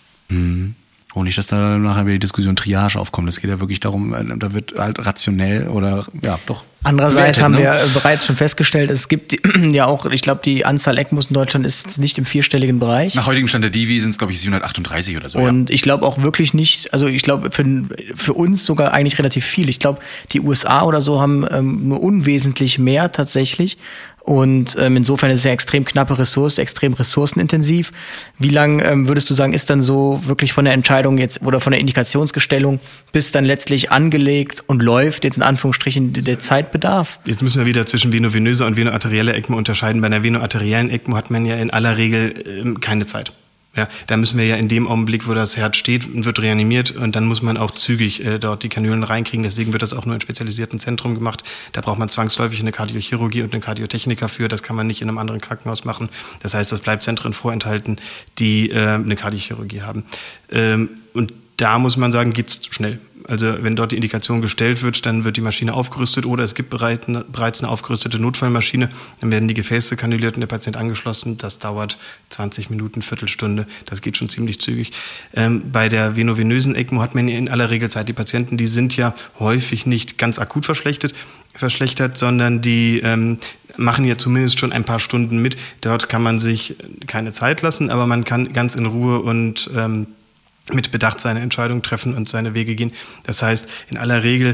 Mhm. Und nicht, dass da nachher wieder die Diskussion Triage aufkommt. Es geht ja wirklich darum, da wird halt rationell oder ja doch Andererseits bewertet, haben ne? wir bereits schon festgestellt, es gibt ja auch, ich glaube, die Anzahl ECMOs in Deutschland ist nicht im vierstelligen Bereich. Nach heutigem Stand der Divi sind es, glaube ich, siebenhundertachtunddreißig oder so. Und ja. ich glaube auch wirklich nicht, also ich glaube für, für uns sogar eigentlich relativ viel. Ich glaube, die U S A oder so haben ähm, nur unwesentlich mehr tatsächlich. Und ähm, insofern ist es ja extrem knappe Ressource, extrem ressourcenintensiv. Wie lang ähm, würdest du sagen, ist dann so wirklich von der Entscheidung jetzt oder von der Indikationsgestellung bis dann letztlich angelegt und läuft, jetzt in Anführungsstrichen, der Zeitbedarf? Jetzt müssen wir wieder zwischen venovenöser und venoarterieller ECMO unterscheiden. Bei einer venoarteriellen ECMO hat man ja in aller Regel ähm, keine Zeit. Ja, da müssen wir ja in dem Augenblick, wo das Herz steht, wird reanimiert und dann muss man auch zügig äh, dort die Kanülen reinkriegen. Deswegen wird das auch nur in spezialisierten Zentren gemacht. Da braucht man zwangsläufig eine Kardiochirurgie und einen Kardiotechniker für. Das kann man nicht in einem anderen Krankenhaus machen. Das heißt, das bleibt Zentren vorenthalten, die äh, eine Kardiochirurgie haben. Ähm, und da muss man sagen, geht's schnell. Also wenn dort die Indikation gestellt wird, dann wird die Maschine aufgerüstet oder es gibt bereits eine aufgerüstete Notfallmaschine. Dann werden die Gefäße kanuliert und der Patient angeschlossen. Das dauert zwanzig Minuten, Viertelstunde. Das geht schon ziemlich zügig. Ähm, bei der venovenösen ECMO hat man in aller Regel Zeit. Die Patienten, die sind ja häufig nicht ganz akut verschlechtert, verschlechtert, sondern die ähm, machen ja zumindest schon ein paar Stunden mit. Dort kann man sich keine Zeit lassen, aber man kann ganz in Ruhe und ähm, mit Bedacht seine Entscheidung treffen und seine Wege gehen. Das heißt, in aller Regel,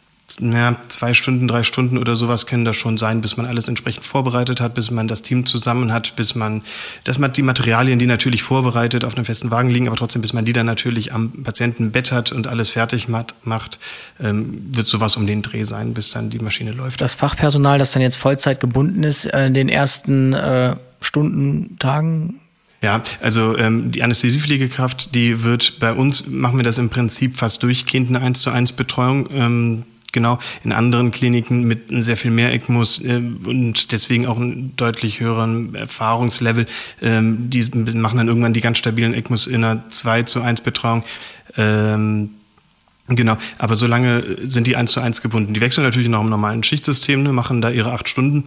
ja, zwei Stunden, drei Stunden oder sowas können das schon sein, bis man alles entsprechend vorbereitet hat, bis man das Team zusammen hat, bis man, dass man die Materialien, die natürlich vorbereitet auf einem festen Wagen liegen, aber trotzdem, bis man die dann natürlich am Patientenbett hat und alles fertig macht, ähm, wird sowas um den Dreh sein, bis dann die Maschine läuft. Das Fachpersonal, das dann jetzt Vollzeit gebunden ist, in den ersten äh, Stunden, Tagen? Ja, also ähm, die Anästhesiepflegekraft, die wird bei uns, machen wir das im Prinzip fast durchgehend eine eins zu eins Betreuung. Ähm, genau, in anderen Kliniken mit sehr viel mehr ECMOs äh, und deswegen auch einen deutlich höheren Erfahrungslevel. Ähm, die machen dann irgendwann die ganz stabilen ECMOs in einer zwei zu eins Betreuung. Ähm, Genau, aber solange sind die eins zu eins gebunden. Die wechseln natürlich noch im normalen Schichtsystem, ne, machen da ihre acht Stunden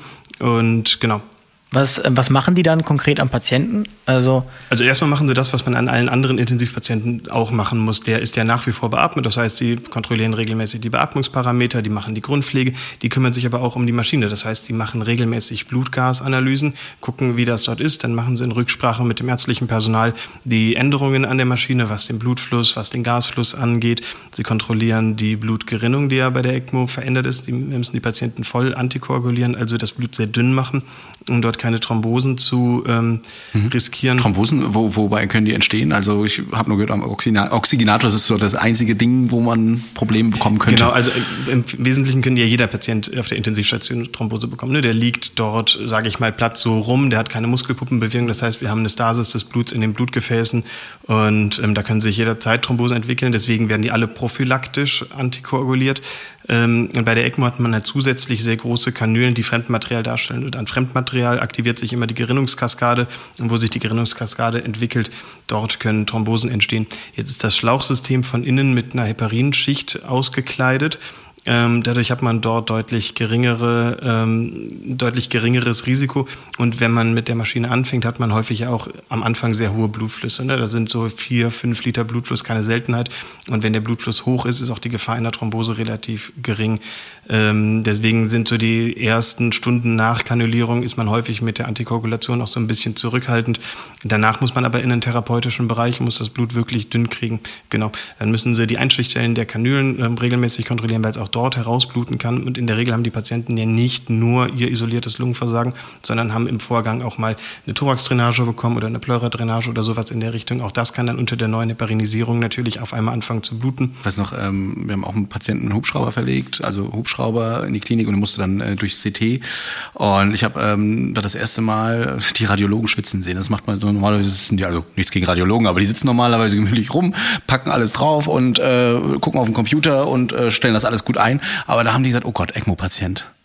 und genau. Was, was machen die dann konkret am Patienten? Also, also erstmal machen sie das, was man an allen anderen Intensivpatienten auch machen muss. Der ist ja nach wie vor beatmet, das heißt, sie kontrollieren regelmäßig die Beatmungsparameter, die machen die Grundpflege, die kümmern sich aber auch um die Maschine. Das heißt, die machen regelmäßig Blutgasanalysen, gucken, wie das dort ist, dann machen sie in Rücksprache mit dem ärztlichen Personal die Änderungen an der Maschine, was den Blutfluss, was den Gasfluss angeht. Sie kontrollieren die Blutgerinnung, die ja bei der ECMO verändert ist. Die müssen die Patienten voll antikoagulieren, also das Blut sehr dünn machen, um dort keine Thrombosen zu ähm, mhm. riskieren. Thrombosen, wo, wobei können die entstehen? Also ich habe nur gehört, am Oxygenator, Oxygenator, das ist so das einzige Ding, wo man Probleme bekommen könnte. Genau, also im, im Wesentlichen können ja jeder Patient auf der Intensivstation Thrombose bekommen. Ne? Der liegt dort, sage ich mal, platt so rum, der hat keine Muskelpuppenbewegung, das heißt, wir haben eine Stasis des Bluts in den Blutgefäßen und ähm, da können sich jederzeit Thrombosen entwickeln, deswegen werden die alle prophylaktisch antikoaguliert. Ähm, und bei der ECMO hat man halt zusätzlich sehr große Kanülen, die Fremdmaterial darstellen und an Fremdmaterial aktiviert sich immer die Gerinnungskaskade und wo sich die Gerinnungskaskade entwickelt, dort können Thrombosen entstehen. Jetzt ist das Schlauchsystem von innen mit einer Heparinschicht ausgekleidet. Ähm, dadurch hat man dort deutlich geringere, ähm, deutlich geringeres Risiko. Und wenn man mit der Maschine anfängt, hat man häufig auch am Anfang sehr hohe Blutflüsse. Ne? Da sind so vier, fünf Liter Blutfluss keine Seltenheit. Und wenn der Blutfluss hoch ist, ist auch die Gefahr einer Thrombose relativ gering. Ähm, deswegen sind so die ersten Stunden nach Kanülierung ist man häufig mit der Antikoagulation auch so ein bisschen zurückhaltend. Danach muss man aber in den therapeutischen Bereich, muss das Blut wirklich dünn kriegen. Genau. Dann müssen sie die Einstichstellen der Kanülen ähm, regelmäßig kontrollieren, weil es auch dort herausbluten kann. Und in der Regel haben die Patienten ja nicht nur ihr isoliertes Lungenversagen, sondern haben im Vorgang auch mal eine Thoraxdrainage bekommen oder eine Pleuradrainage oder sowas in der Richtung. Auch das kann dann unter der neuen Heparinisierung natürlich auf einmal anfangen zu bluten. Ich weiß noch, ähm, wir haben auch einen Patienten einen Hubschrauber verlegt, also Hubschrauber in die Klinik und er musste dann äh, durchs C T. Und ich habe ähm, da das erste Mal die Radiologen schwitzen sehen. Das macht man so normalerweise, sitzen die, also nichts gegen Radiologen, aber die sitzen normalerweise gemütlich rum, packen alles drauf und äh, gucken auf den Computer und äh, stellen das alles gut ein. Aber da haben die gesagt, oh Gott, ECMO-Patient.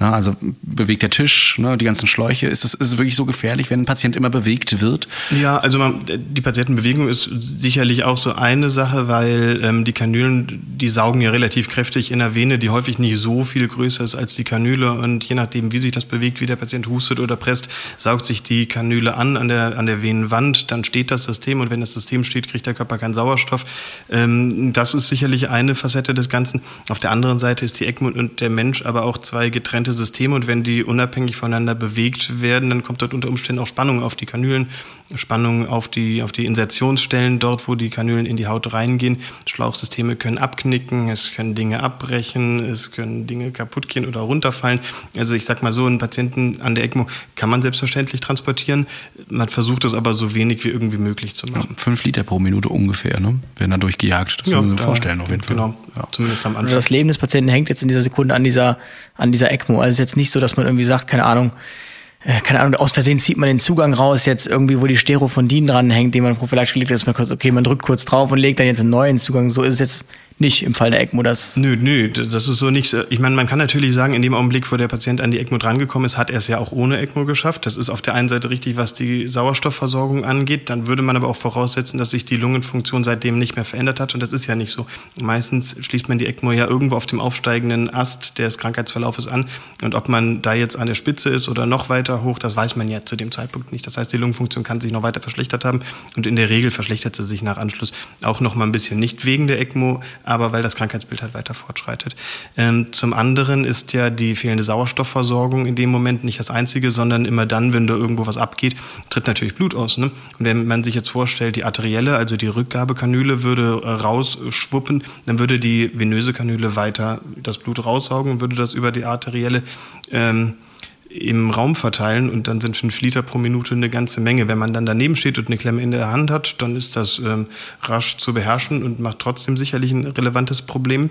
Na, also bewegt der Tisch, ne, die ganzen Schläuche. Ist es, ist es wirklich so gefährlich, wenn ein Patient immer bewegt wird? Ja, also man, die Patientenbewegung ist sicherlich auch so eine Sache, weil ähm, die Kanülen, die saugen ja relativ kräftig in der Vene, die häufig nicht so viel größer ist als die Kanüle. Und je nachdem, wie sich das bewegt, wie der Patient hustet oder presst, saugt sich die Kanüle an an der, an der Venenwand. Dann steht das System und wenn das System steht, kriegt der Körper keinen Sauerstoff. Ähm, das ist sicherlich eine Facette des Ganzen. Auf der anderen Seite ist die ECMO und der Mensch aber auch zwei getrennte Systeme und wenn die unabhängig voneinander bewegt werden, dann kommt dort unter Umständen auch Spannung auf die Kanülen, Spannung auf die, auf die Insertionsstellen, dort wo die Kanülen in die Haut reingehen. Schlauchsysteme können abknicken, es können Dinge abbrechen, es können Dinge kaputt gehen oder runterfallen. Also ich sag mal so, einen Patienten an der ECMO kann man selbstverständlich transportieren. Man versucht es aber so wenig wie irgendwie möglich zu machen. Ja, fünf Liter pro Minute ungefähr, ne? Werden da durchgejagt. Das ja, muss man sich vorstellen auf jeden Fall. Genau, ja. Zumindest am Anfang. Das Leben des Patienten hängt jetzt in dieser Sekunde an dieser, an dieser ECMO. Also es ist jetzt nicht so, dass man irgendwie sagt, keine Ahnung, keine Ahnung, aus Versehen zieht man den Zugang raus, jetzt irgendwie, wo die Sterofondin dran hängt, den man prophylaktisch gelegt hat, ist man kurz, okay, man drückt kurz drauf und legt dann jetzt einen neuen Zugang. So ist es jetzt nicht im Fall der ECMO. Das nö, nö, das ist so nichts. Ich meine, man kann natürlich sagen, in dem Augenblick, wo der Patient an die ECMO drangekommen ist, hat er es ja auch ohne ECMO geschafft. Das ist auf der einen Seite richtig, was die Sauerstoffversorgung angeht. Dann würde man aber auch voraussetzen, dass sich die Lungenfunktion seitdem nicht mehr verändert hat. Und das ist ja nicht so. Meistens schließt man die ECMO ja irgendwo auf dem aufsteigenden Ast des Krankheitsverlaufes an. Und ob man da jetzt an der Spitze ist oder noch weiter hoch, das weiß man ja zu dem Zeitpunkt nicht. Das heißt, die Lungenfunktion kann sich noch weiter verschlechtert haben. Und in der Regel verschlechtert sie sich nach Anschluss auch noch mal ein bisschen. Nicht wegen der ECMO, aber weil das Krankheitsbild halt weiter fortschreitet. Ähm, zum anderen ist ja die fehlende Sauerstoffversorgung in dem Moment nicht das Einzige, sondern immer dann, wenn da irgendwo was abgeht, tritt natürlich Blut aus. Ne? Und wenn man sich jetzt vorstellt, die arterielle, also die Rückgabekanüle würde rausschwuppen, dann würde die venöse Kanüle weiter das Blut raussaugen und würde das über die arterielle ähm, im Raum verteilen und dann sind fünf Liter pro Minute eine ganze Menge. Wenn man dann daneben steht und eine Klemme in der Hand hat, dann ist das ähm, rasch zu beherrschen und macht trotzdem sicherlich ein relevantes Problem.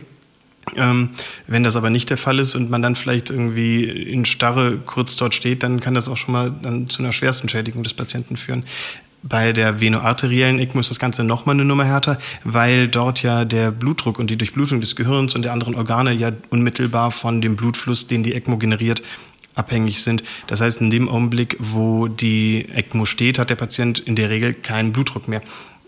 Ähm, wenn das aber nicht der Fall ist und man dann vielleicht irgendwie in Starre kurz dort steht, dann kann das auch schon mal dann zu einer schwersten Schädigung des Patienten führen. Bei der venoarteriellen ECMO ist das Ganze nochmal eine Nummer härter, weil dort ja der Blutdruck und die Durchblutung des Gehirns und der anderen Organe ja unmittelbar von dem Blutfluss, den die ECMO generiert, abhängig sind. Das heißt, in dem Augenblick, wo die ECMO steht, hat der Patient in der Regel keinen Blutdruck mehr.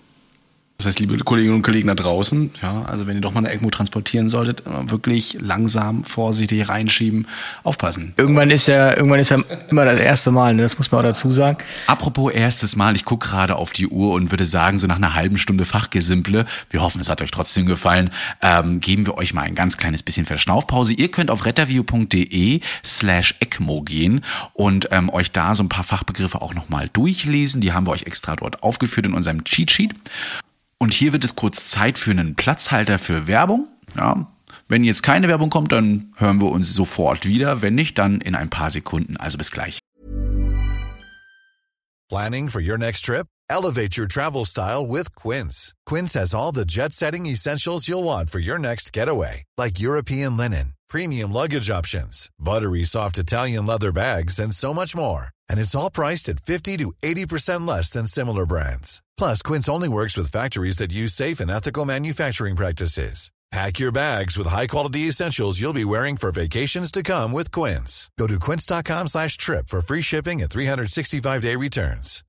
Das heißt, liebe Kolleginnen und Kollegen da draußen, ja, also wenn ihr doch mal eine ECMO transportieren solltet, wirklich langsam, vorsichtig reinschieben, aufpassen. Irgendwann ist ja, irgendwann ist ja immer das erste Mal, ne? Das muss man auch dazu sagen. Apropos erstes Mal, ich gucke gerade auf die Uhr und würde sagen, so nach einer halben Stunde Fachgesimple, wir hoffen, es hat euch trotzdem gefallen, ähm, geben wir euch mal ein ganz kleines bisschen Verschnaufpause. Ihr könnt auf retterview.de slash ECMO gehen und ähm, euch da so ein paar Fachbegriffe auch nochmal durchlesen. Die haben wir euch extra dort aufgeführt in unserem Cheatsheet. Und hier wird es kurz Zeit für einen Platzhalter für Werbung. Ja, wenn jetzt keine Werbung kommt, dann hören wir uns sofort wieder. Wenn nicht, dann in ein paar Sekunden. Also bis gleich. Planning for your next trip? Elevate your travel style with Quince. Quince has all the jet-setting essentials you'll want for your next getaway, like European linen, premium luggage options, buttery soft Italian leather bags, and so much more. And it's all priced at fifty to eighty percent less than similar brands. Plus, Quince only works with factories that use safe and ethical manufacturing practices. Pack your bags with high-quality essentials you'll be wearing for vacations to come with Quince. Go to quince.com slash trip for free shipping and three sixty-five day returns.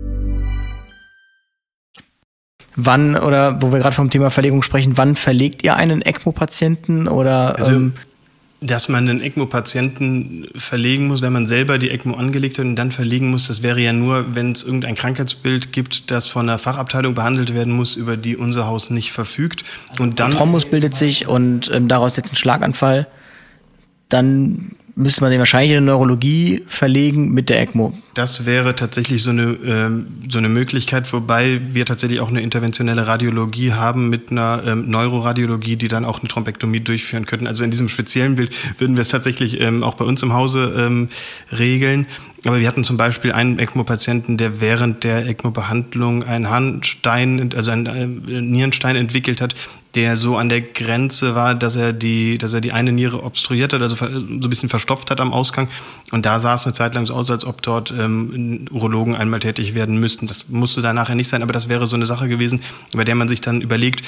Wann, oder wo wir gerade vom Thema Verlegung sprechen, wann verlegt ihr einen ECMO-Patienten oder... Also, ähm, dass man einen ECMO-Patienten verlegen muss, wenn man selber die ECMO angelegt hat und dann verlegen muss, das wäre ja nur, wenn es irgendein Krankheitsbild gibt, das von einer Fachabteilung behandelt werden muss, über die unser Haus nicht verfügt. Und dann Thrombus bildet sich und ähm, daraus jetzt ein Schlaganfall, dann müsste man den wahrscheinlich in die Neurologie verlegen mit der ECMO. Das wäre tatsächlich so eine, ähm, so eine Möglichkeit, wobei wir tatsächlich auch eine interventionelle Radiologie haben mit einer ähm, Neuroradiologie, die dann auch eine Thrombektomie durchführen könnten. Also in diesem speziellen Bild würden wir es tatsächlich ähm, auch bei uns im Hause ähm, regeln. Aber wir hatten zum Beispiel einen ECMO-Patienten, der während der ECMO-Behandlung einen Harnstein, also einen äh, Nierenstein entwickelt hat, der so an der Grenze war, dass er die, dass er die eine Niere obstruiert hat, also so ein bisschen verstopft hat am Ausgang. Und da sah es eine Zeit lang so aus, als ob dort ähm, Urologen einmal tätig werden müssten. Das musste da nachher nicht sein, aber das wäre so eine Sache gewesen, bei der man sich dann überlegt,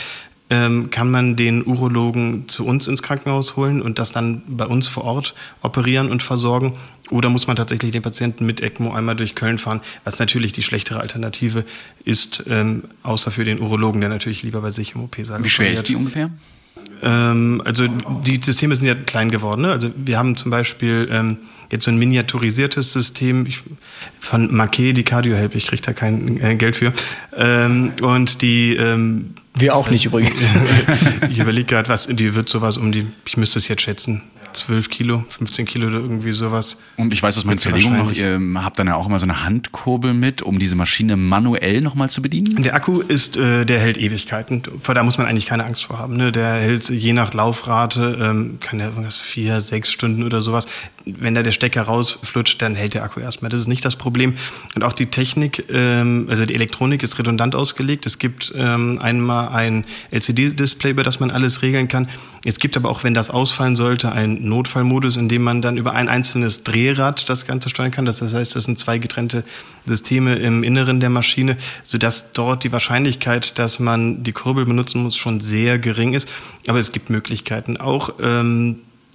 ähm, kann man den Urologen zu uns ins Krankenhaus holen und das dann bei uns vor Ort operieren und versorgen. Oder muss man tatsächlich den Patienten mit ECMO einmal durch Köln fahren, was natürlich die schlechtere Alternative ist, ähm, außer für den Urologen, der natürlich lieber bei sich im O P-Saal. Wie schwer ist die ungefähr? Ähm, also die Systeme sind ja klein geworden. Ne? Also wir haben zum Beispiel ähm, jetzt so ein miniaturisiertes System ich, von Marquet, die Cardio-Help, ich kriege da kein äh, Geld für. Ähm, und die ähm, Wir auch nicht übrigens. Ich überlege gerade, was, die wird sowas um die, ich müsste es jetzt schätzen, zwölf Kilo, fünfzehn Kilo oder irgendwie sowas. Und ich weiß aus meiner Zerlegung noch, ihr habt dann ja auch immer so eine Handkurbel mit, um diese Maschine manuell nochmal zu bedienen? Der Akku ist, äh, der hält Ewigkeiten. Vor da muss man eigentlich keine Angst vor haben. Ne? Der hält je nach Laufrate, ähm, kann der irgendwas vier, sechs Stunden oder sowas. Wenn da der Stecker rausflutscht, dann hält der Akku erstmal. Das ist nicht das Problem. Und auch die Technik, ähm, also die Elektronik ist redundant ausgelegt. Es gibt ähm, einmal ein L C D-Display, über das man alles regeln kann. Es gibt aber auch, wenn das ausfallen sollte, einen Notfallmodus, in dem man dann über ein einzelnes Drehrad das Ganze steuern kann. Das heißt, das sind zwei getrennte Systeme im Inneren der Maschine, sodass dort die Wahrscheinlichkeit, dass man die Kurbel benutzen muss, schon sehr gering ist. Aber es gibt Möglichkeiten. Auch ähm,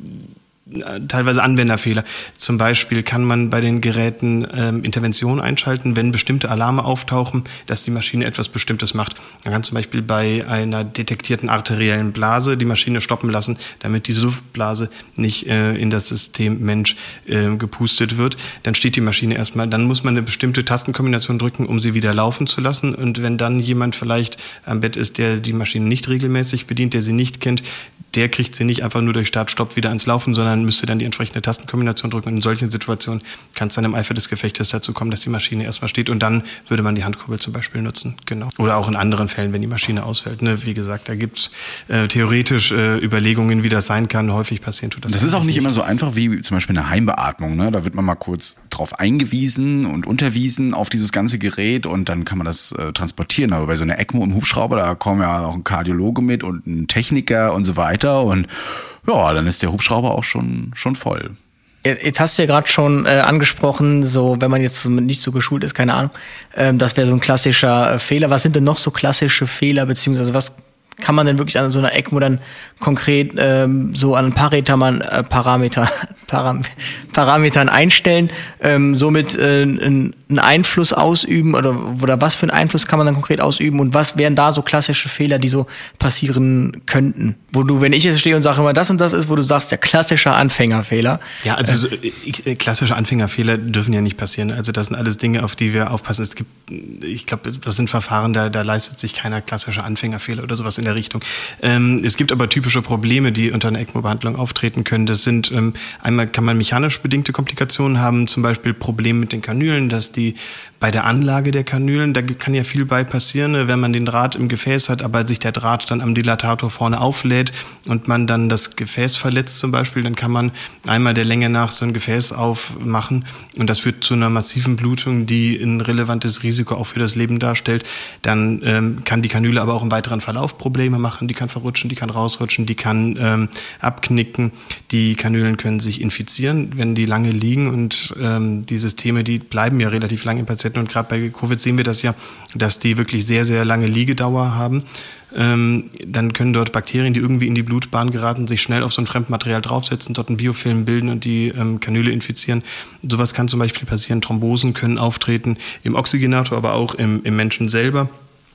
teilweise Anwenderfehler. Zum Beispiel kann man bei den Geräten ähm, Interventionen einschalten, wenn bestimmte Alarme auftauchen, dass die Maschine etwas Bestimmtes macht. Man kann zum Beispiel bei einer detektierten arteriellen Blase die Maschine stoppen lassen, damit diese Luftblase nicht äh, in das System Mensch äh, gepustet wird. Dann steht die Maschine erstmal, dann muss man eine bestimmte Tastenkombination drücken, um sie wieder laufen zu lassen. Und wenn dann jemand vielleicht am Bett ist, der die Maschine nicht regelmäßig bedient, der sie nicht kennt, der kriegt sie nicht einfach nur durch Start-Stopp wieder ans Laufen, sondern müsste dann die entsprechende Tastenkombination drücken. Und in solchen Situationen kann es dann im Eifer des Gefechtes dazu kommen, dass die Maschine erstmal steht und dann würde man die Handkurbel zum Beispiel nutzen. Genau. Oder auch in anderen Fällen, wenn die Maschine ausfällt. Ne? Wie gesagt, da gibt's äh, theoretisch äh, Überlegungen, wie das sein kann. Häufig passieren tut das. Das ist auch nicht immer so einfach wie zum Beispiel eine Heimbeatmung. Ne? Da wird man mal kurz drauf eingewiesen und unterwiesen auf dieses ganze Gerät und dann kann man das äh, transportieren. Aber bei so einer ECMO im Hubschrauber, da kommen ja auch ein Kardiologe mit und ein Techniker und so weiter. Und ja, dann ist der Hubschrauber auch schon, schon voll. Jetzt hast du ja gerade schon äh, angesprochen, so wenn man jetzt nicht so geschult ist, keine Ahnung, ähm, das wäre so ein klassischer äh, Fehler. Was sind denn noch so klassische Fehler, beziehungsweise was kann man denn wirklich an so einer ECMO dann konkret ähm, so an Parametern, äh, Parameter, Param, Parametern einstellen, ähm, somit äh, einen Einfluss ausüben oder, oder was für einen Einfluss kann man dann konkret ausüben und was wären da so klassische Fehler, die so passieren könnten? Wo du, wenn ich jetzt stehe und sage immer das und das ist, wo du sagst, der klassische Anfängerfehler. Ja, also so, äh, klassische Anfängerfehler dürfen ja nicht passieren. Also das sind alles Dinge, auf die wir aufpassen. Es gibt, ich glaube, das sind Verfahren, da, da leistet sich keiner klassische Anfängerfehler oder sowas in der Richtung. Ähm, es gibt aber typische Probleme, die unter einer ECMO-Behandlung auftreten können. Das sind, ähm, einmal kann man mechanisch bedingte Komplikationen haben, zum Beispiel Probleme mit den Kanülen, dass die bei der Anlage der Kanülen, da kann ja viel bei passieren, wenn man den Draht im Gefäß hat, aber sich der Draht dann am Dilatator vorne auflädt und man dann das Gefäß verletzt zum Beispiel, dann kann man einmal der Länge nach so ein Gefäß aufmachen und das führt zu einer massiven Blutung, die ein relevantes Risiko auch für das Leben darstellt. Dann ähm, kann die Kanüle aber auch im weiteren Verlauf Probleme machen, die kann verrutschen, die kann rausrutschen, die kann ähm, abknicken, die Kanülen können sich infizieren, wenn die lange liegen und ähm, die Systeme, die bleiben ja relativ lange im Patienten und gerade bei Covid sehen wir das ja, dass die wirklich sehr, sehr lange Liegedauer haben. Ähm, dann können dort Bakterien, die irgendwie in die Blutbahn geraten, sich schnell auf so ein Fremdmaterial draufsetzen, dort einen Biofilm bilden und die ähm, Kanüle infizieren. Sowas kann zum Beispiel passieren. Thrombosen können auftreten im Oxygenator, aber auch im, im Menschen selber.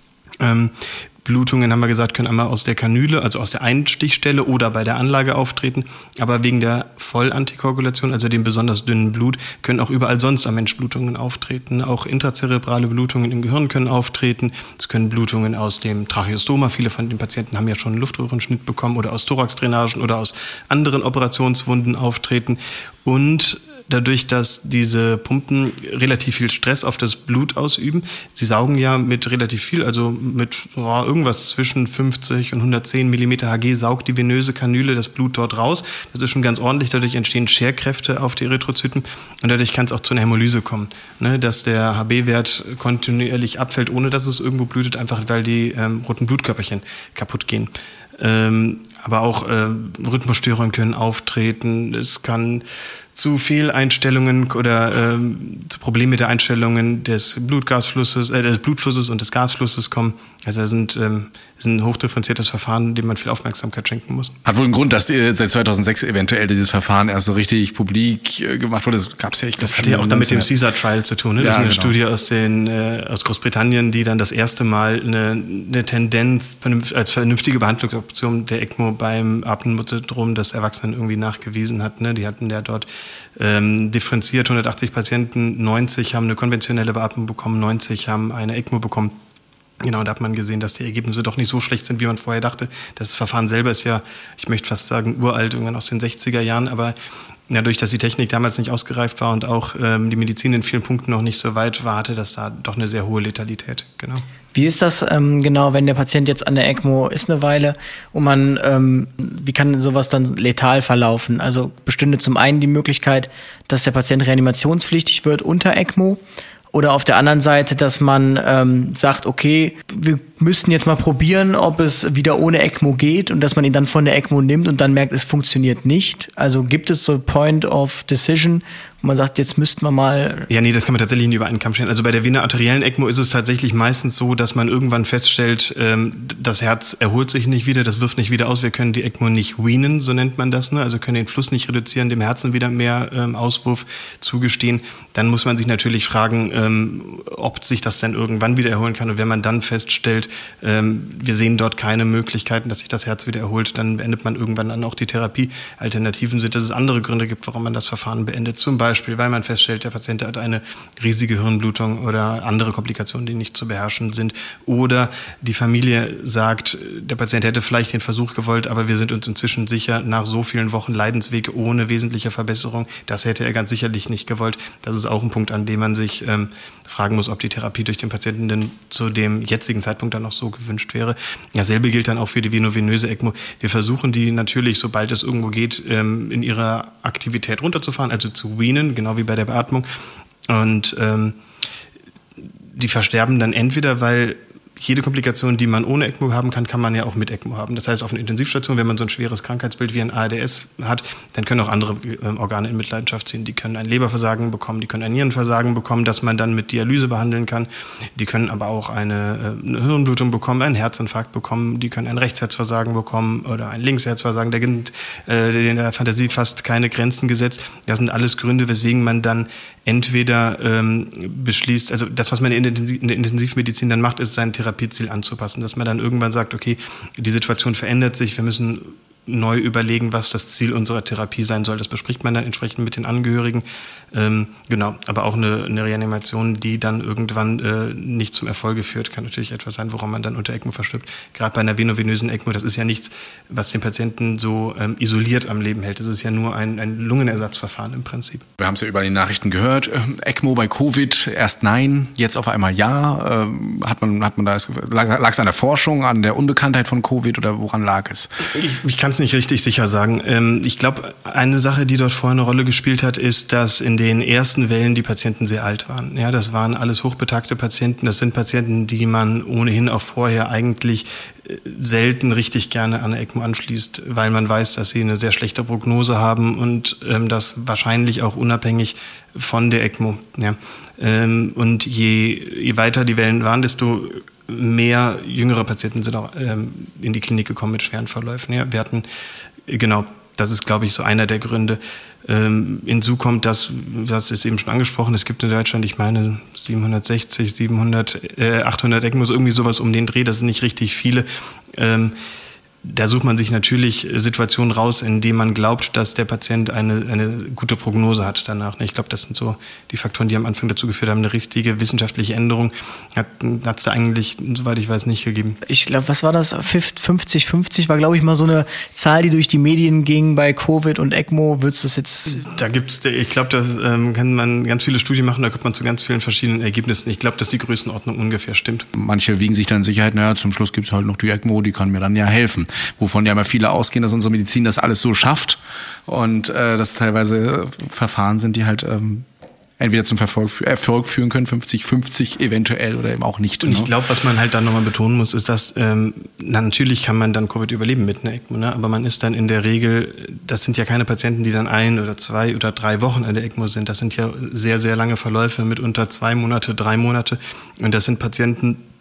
Ähm, Blutungen, haben wir gesagt, können einmal aus der Kanüle, also aus der Einstichstelle oder bei der Anlage auftreten. Aber wegen der Vollanticoagulation, also dem besonders dünnen Blut, können auch überall sonst am Mensch Blutungen auftreten. Auch intrazerebrale Blutungen im Gehirn können auftreten. Es können Blutungen aus dem Tracheostoma, viele von den Patienten haben ja schon einen Luftröhrenschnitt bekommen, oder aus Thoraxdrainagen oder aus anderen Operationswunden auftreten. Und dadurch, dass diese Pumpen relativ viel Stress auf das Blut ausüben. Sie saugen ja mit relativ viel, also mit oh, irgendwas zwischen fünfzig und hundertzehn Millimeter Hg saugt die venöse Kanüle das Blut dort raus. Das ist schon ganz ordentlich. Dadurch entstehen Scherkräfte auf die Erythrozyten und dadurch kann es auch zu einer Hämolyse kommen. Ne, dass der H B-Wert kontinuierlich abfällt, ohne dass es irgendwo blutet, einfach weil die ähm, roten Blutkörperchen kaputt gehen. Ähm, aber auch äh, Rhythmusstörungen können auftreten. Es kann zu Fehleinstellungen oder ähm, zu Problemen mit der Einstellungen des Blutgasflusses, äh, des Blutflusses und des Gasflusses kommen. Also das sind, ähm, ist ein hochdifferenziertes Verfahren, dem man viel Aufmerksamkeit schenken muss. Hat wohl einen Grund, dass äh, seit zweitausendsechs eventuell dieses Verfahren erst so richtig publik äh, gemacht wurde. Das gab's ja, ich Das hatte ja auch dann mit dem CESAR-Trial zu tun. Ne? Das Ja, ist eine genau. Studie aus, den, äh, aus Großbritannien, die dann das erste Mal eine, eine Tendenz als vernünftige Behandlungsoption der ECMO beim Atemnotsyndrom des Erwachsenen irgendwie nachgewiesen hat. Ne? Die hatten ja dort ähm, differenziert hundertachtzig Patienten, neunzig haben eine konventionelle Beatmung bekommen, neunzig haben eine ECMO bekommen. Genau, da hat man gesehen, dass die Ergebnisse doch nicht so schlecht sind, wie man vorher dachte. Das Verfahren selber ist ja, ich möchte fast sagen, uralt, irgendwann aus den sechziger Jahren, aber dadurch, dass die Technik damals nicht ausgereift war und auch ähm, die Medizin in vielen Punkten noch nicht so weit war, hatte das da doch eine sehr hohe Letalität. Genau. Wie ist das ähm, genau, wenn der Patient jetzt an der ECMO ist eine Weile und man, ähm, wie kann sowas dann letal verlaufen? Also bestünde zum einen die Möglichkeit, dass der Patient reanimationspflichtig wird unter ECMO, oder auf der anderen Seite, dass man ähm, sagt, okay, wir müssten jetzt mal probieren, ob es wieder ohne ECMO geht und dass man ihn dann von der ECMO nimmt und dann merkt, es funktioniert nicht. Also gibt es so Point of Decision, wo man sagt, jetzt müssten wir mal... Ja, nee, das kann man tatsächlich nicht über einen Kamm stellen. Also bei der venoarteriellen ECMO ist es tatsächlich meistens so, dass man irgendwann feststellt, ähm, das Herz erholt sich nicht wieder, das wirft nicht wieder aus, wir können die ECMO nicht weanen, so nennt man das, ne? Also können den Fluss nicht reduzieren, dem Herzen wieder mehr ähm, Auswurf zugestehen. Dann muss man sich natürlich fragen, ähm, ob sich das dann irgendwann wieder erholen kann. Und wenn man dann feststellt, ähm, wir sehen dort keine Möglichkeiten, dass sich das Herz wieder erholt, dann beendet man irgendwann dann auch die Therapie. Alternativen sind, dass es andere Gründe gibt, warum man das Verfahren beendet. Zum Beispiel, weil man feststellt, der Patient hat eine riesige Hirnblutung oder andere Komplikationen, die nicht zu beherrschen sind. Oder die Familie sagt, der Patient hätte vielleicht den Versuch gewollt, aber wir sind uns inzwischen sicher, nach so vielen Wochen Leidensweg ohne wesentliche Verbesserung, das hätte er ganz sicherlich nicht gewollt. Das ist auch ein Punkt, an dem man sich ähm, fragen muss, ob die Therapie durch den Patienten denn zu dem jetzigen Zeitpunkt dann noch so gewünscht wäre. Dasselbe gilt dann auch für die venovenöse ECMO. Wir versuchen die natürlich, sobald es irgendwo geht, ähm, in ihrer Aktivität runterzufahren, also zu weanen, genau wie bei der Beatmung. Und ähm, die versterben dann entweder, weil jede Komplikation, die man ohne ECMO haben kann, kann man ja auch mit ECMO haben. Das heißt, auf einer Intensivstation, wenn man so ein schweres Krankheitsbild wie ein A R D S hat, dann können auch andere äh, Organe in Mitleidenschaft ziehen. Die können ein Leberversagen bekommen, die können ein Nierenversagen bekommen, das man dann mit Dialyse behandeln kann. Die können aber auch eine, äh, eine Hirnblutung bekommen, einen Herzinfarkt bekommen, die können ein Rechtsherzversagen bekommen oder ein Linksherzversagen. Da sind äh, in der Fantasie fast keine Grenzen gesetzt. Das sind alles Gründe, weswegen man dann entweder ähm, beschließt, also das, was man in der, Intensiv- in der Intensivmedizin dann macht, ist sein Therapieziel anzupassen, dass man dann irgendwann sagt, okay, die Situation verändert sich, wir müssen neu überlegen, was das Ziel unserer Therapie sein soll. Das bespricht man dann entsprechend mit den Angehörigen. Ähm, genau, aber auch eine, eine Reanimation, die dann irgendwann äh, nicht zum Erfolge führt, kann natürlich etwas sein, woran man dann unter ECMO verstirbt. Gerade bei einer venovenösen ECMO, das ist ja nichts, was den Patienten so ähm, isoliert am Leben hält. Das ist ja nur ein, ein Lungenersatzverfahren im Prinzip. Wir haben es ja über die Nachrichten gehört. ECMO bei Covid, erst nein, jetzt auf einmal ja. Ähm, hat man, hat man da, lag es an der Forschung, an der Unbekanntheit von Covid oder woran lag es? Ich, ich kann es nicht richtig sicher sagen. Ähm, ich glaube, eine Sache, die dort vorher eine Rolle gespielt hat, ist, dass in den ersten Wellen die Patienten sehr alt waren. Ja, das waren alles hochbetagte Patienten. Das sind Patienten, die man ohnehin auch vorher eigentlich selten richtig gerne an eine ECMO anschließt, weil man weiß, dass sie eine sehr schlechte Prognose haben und ähm, das wahrscheinlich auch unabhängig von der ECMO. Ja. Ähm, und je, je weiter die Wellen waren, desto mehr jüngere Patienten sind auch ähm, in die Klinik gekommen mit schweren Verläufen. Ja. Wir hatten, genau, das ist, glaube ich, so einer der Gründe. Ähm, hinzu kommt, dass, das ist eben schon angesprochen, es gibt in Deutschland, ich meine, siebenhundertsechzig, siebenhundert, äh, achthundert ECMOs, irgendwie sowas um den Dreh, das sind nicht richtig viele. Ähm, Da sucht man sich natürlich Situationen raus, in denen man glaubt, dass der Patient eine, eine gute Prognose hat danach. Ich glaube, das sind so die Faktoren, die am Anfang dazu geführt haben. Eine richtige wissenschaftliche Änderung hat es da eigentlich, soweit ich weiß, nicht gegeben. Ich glaube, was war das? fünfzig fünfzig war, glaube ich, mal so eine Zahl, die durch die Medien ging bei Covid und ECMO. Würdest du das jetzt... Da gibt's, ich glaube, da ähm, kann man ganz viele Studien machen, da kommt man zu ganz vielen verschiedenen Ergebnissen. Ich glaube, dass die Größenordnung ungefähr stimmt. Manche wiegen sich dann in Sicherheit, naja, zum Schluss gibt's halt noch die ECMO, die kann mir dann ja helfen. Wovon ja immer viele ausgehen, dass unsere Medizin das alles so schafft und äh, dass teilweise Verfahren sind, die halt ähm, entweder zum Erfolg, Erfolg führen können, fünfzig fünfzig eventuell oder eben auch nicht. Und ich ne? glaube, was man halt dann nochmal betonen muss, ist, dass ähm, na, natürlich kann man dann Covid überleben mit einer ECMO, ne? Aber man ist dann in der Regel, das sind ja keine Patienten, die dann ein oder zwei oder drei Wochen an der ECMO sind. Das sind ja sehr, sehr lange Verläufe, mitunter zwei Monate, drei Monate. Und das sind Patienten,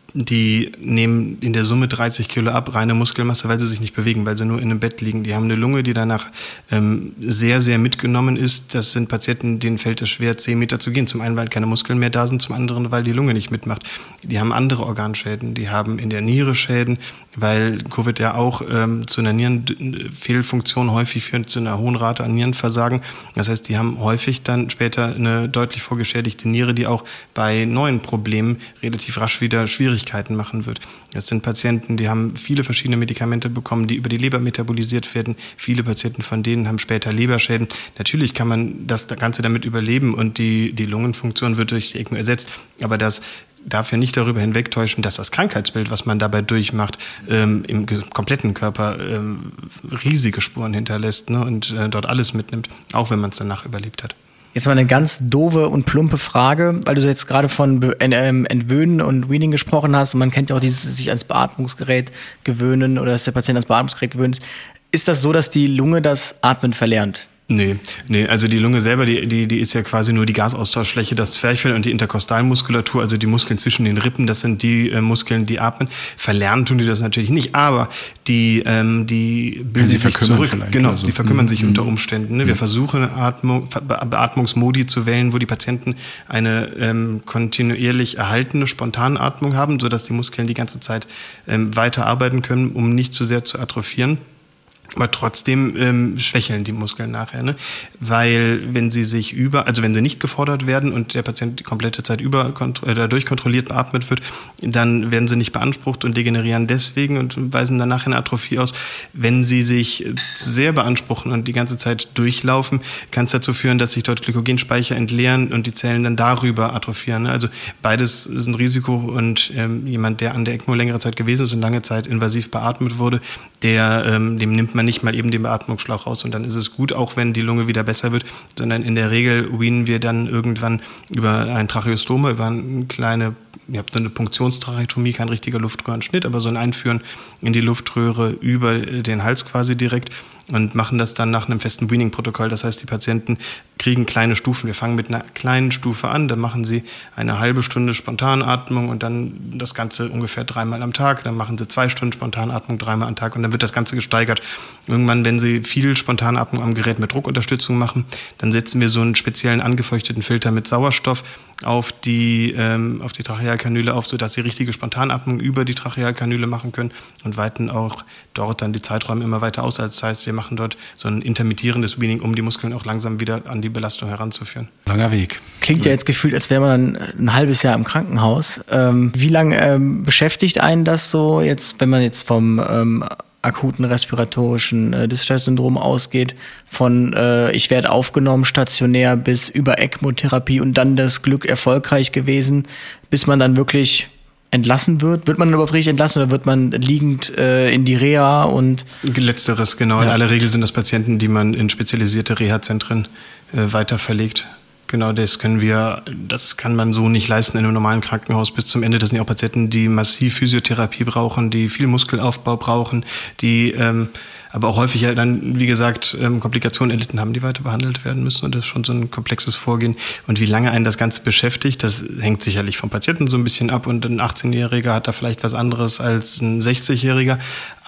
die nehmen in der Summe dreißig Kilo ab, reine Muskelmasse, weil sie sich nicht bewegen, weil sie nur in einem Bett liegen. Die haben eine Lunge, die danach ähm, sehr, sehr mitgenommen ist. Das sind Patienten, denen fällt es schwer, zehn Meter zu gehen. Zum einen, weil keine Muskeln mehr da sind, zum anderen, weil die Lunge nicht mitmacht. Die haben andere Organschäden, die haben in der Niere Schäden, weil Covid ja auch ähm, zu einer Nierenfehlfunktion häufig führt, zu einer hohen Rate an Nierenversagen. Das heißt, die haben häufig dann später eine deutlich vorgeschädigte Niere, die auch bei neuen Problemen relativ rasch wieder Schwierigkeiten machen wird. Das sind Patienten, die haben viele verschiedene Medikamente bekommen, die über die Leber metabolisiert werden. Viele Patienten von denen haben später Leberschäden. Natürlich kann man das Ganze damit überleben und die, die Lungenfunktion wird durch die ECMO ersetzt. Aber das darf ja nicht darüber hinwegtäuschen, dass das Krankheitsbild, was man dabei durchmacht, ähm, im kompletten Körper ähm, riesige Spuren hinterlässt, ne, und äh, dort alles mitnimmt, auch wenn man es danach überlebt hat. Jetzt mal eine ganz doofe und plumpe Frage, weil du jetzt gerade von Entwöhnen und Weaning gesprochen hast und man kennt ja auch dieses sich ans Beatmungsgerät gewöhnen oder dass der Patient ans Beatmungsgerät gewöhnt ist. Ist das so, dass die Lunge das Atmen verlernt? Nee, nee, also die Lunge selber, die, die, die ist ja quasi nur die Gasaustauschfläche, das Zwerchfell und die Interkostalmuskulatur, also die Muskeln zwischen den Rippen, das sind die äh, Muskeln, die atmen. Verlernen tun die das natürlich nicht, aber die, ähm, die bilden sich zurück. Genau, also, die verkümmern m- sich m- unter Umständen. Ne? Wir m- versuchen Atmung, Beatmungsmodi zu wählen, wo die Patienten eine ähm, kontinuierlich erhaltene Spontanatmung haben, sodass die Muskeln die ganze Zeit ähm, weiter arbeiten können, um nicht zu sehr zu atrophieren. Aber trotzdem ähm, schwächeln die Muskeln nachher, ne? Weil wenn sie sich über, also wenn sie nicht gefordert werden und der Patient die komplette Zeit über äh, dadurch kontrolliert beatmet wird, dann werden sie nicht beansprucht und degenerieren deswegen und weisen dann nachher eine Atrophie aus. Wenn sie sich sehr beanspruchen und die ganze Zeit durchlaufen, kann es dazu führen, dass sich dort Glykogenspeicher entleeren und die Zellen dann darüber atrophieren, ne? Also beides ist ein Risiko und ähm, jemand, der an der ECMO längere Zeit gewesen ist und lange Zeit invasiv beatmet wurde, der ähm, dem nimmt man nicht mal eben den Beatmungsschlauch raus und dann ist es gut, auch wenn die Lunge wieder besser wird, sondern in der Regel weanen wir dann irgendwann über ein Tracheostome, über eine kleine, ihr habt eine Punktionstracheotomie, kein richtiger Luftröhrenschnitt, aber so ein Einführen in die Luftröhre über den Hals quasi direkt und machen das dann nach einem festen Weaning-Protokoll. Das heißt, die Patienten kriegen kleine Stufen. Wir fangen mit einer kleinen Stufe an, dann machen sie eine halbe Stunde Spontanatmung und dann das Ganze ungefähr dreimal am Tag. Dann machen sie zwei Stunden Spontanatmung dreimal am Tag und dann wird das Ganze gesteigert. Irgendwann, wenn sie viel Spontanatmung am Gerät mit Druckunterstützung machen, dann setzen wir so einen speziellen angefeuchteten Filter mit Sauerstoff auf die, ähm, auf die Trachealkanüle auf, sodass sie richtige Spontanatmung über die Trachealkanüle machen können und weiten auch dort dann die Zeiträume immer weiter aus. Das heißt, wir machen dort so ein intermittierendes Weaning, um die Muskeln auch langsam wieder an die Belastung heranzuführen. Langer Weg. Klingt ja jetzt gefühlt, als wäre man ein, ein halbes Jahr im Krankenhaus. Ähm, wie lange ähm, beschäftigt einen das so jetzt, wenn man jetzt vom ähm, akuten respiratorischen äh, Distress-Syndrom ausgeht, von äh, ich werde aufgenommen stationär bis über ECMO-Therapie und dann das Glück erfolgreich gewesen, bis man dann wirklich entlassen wird? Wird man überhaupt richtig entlassen oder wird man liegend äh, in die Reha und... Letzteres, genau. Ja. In aller Regel sind das Patienten, die man in spezialisierte Reha-Zentren äh, weiter verlegt. Genau, das können wir, das kann man so nicht leisten in einem normalen Krankenhaus bis zum Ende. Das sind ja auch Patienten, die massiv Physiotherapie brauchen, die viel Muskelaufbau brauchen, die ähm, aber auch häufig ja dann, wie gesagt, ähm, Komplikationen erlitten haben, die weiter behandelt werden müssen. Und das ist schon so ein komplexes Vorgehen. Und wie lange einen das Ganze beschäftigt, das hängt sicherlich vom Patienten so ein bisschen ab. Und ein achtzehnjähriger hat da vielleicht was anderes als ein sechzigjähriger.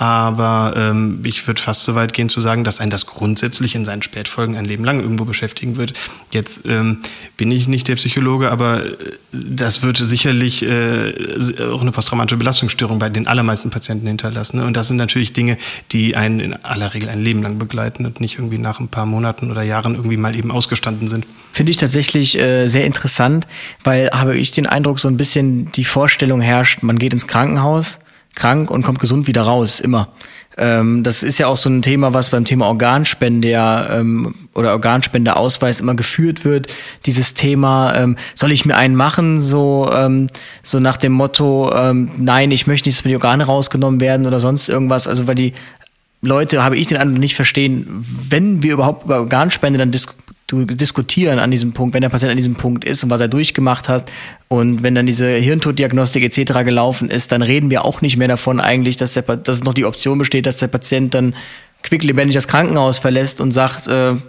Aber ähm, ich würde fast so weit gehen zu sagen, dass einen das grundsätzlich in seinen Spätfolgen ein Leben lang irgendwo beschäftigen wird. Jetzt ähm, bin ich nicht der Psychologe, aber das wird sicherlich äh, auch eine posttraumatische Belastungsstörung bei den allermeisten Patienten hinterlassen. Ne? Und das sind natürlich Dinge, die einen in aller Regel ein Leben lang begleiten und nicht irgendwie nach ein paar Monaten oder Jahren irgendwie mal eben ausgestanden sind. Finde ich tatsächlich äh, sehr interessant, weil habe ich den Eindruck, so ein bisschen die Vorstellung herrscht, man geht ins Krankenhaus, krank und kommt gesund wieder raus, immer. Ähm, das ist ja auch so ein Thema, was beim Thema Organspende ja, ähm, oder Organspendeausweis immer geführt wird. Dieses Thema, ähm, soll ich mir einen machen, so ähm, so nach dem Motto, ähm, nein, ich möchte nicht, dass mir die Organe rausgenommen werden oder sonst irgendwas. Also weil die Leute, habe ich den Eindruck, nicht verstehen, wenn wir überhaupt über Organspende dann dis- diskutieren an diesem Punkt, wenn der Patient an diesem Punkt ist und was er durchgemacht hat und wenn dann diese Hirntoddiagnostik et cetera gelaufen ist, dann reden wir auch nicht mehr davon eigentlich, dass, der, dass es noch die Option besteht, dass der Patient dann quicklebendig das Krankenhaus verlässt und sagt, äh,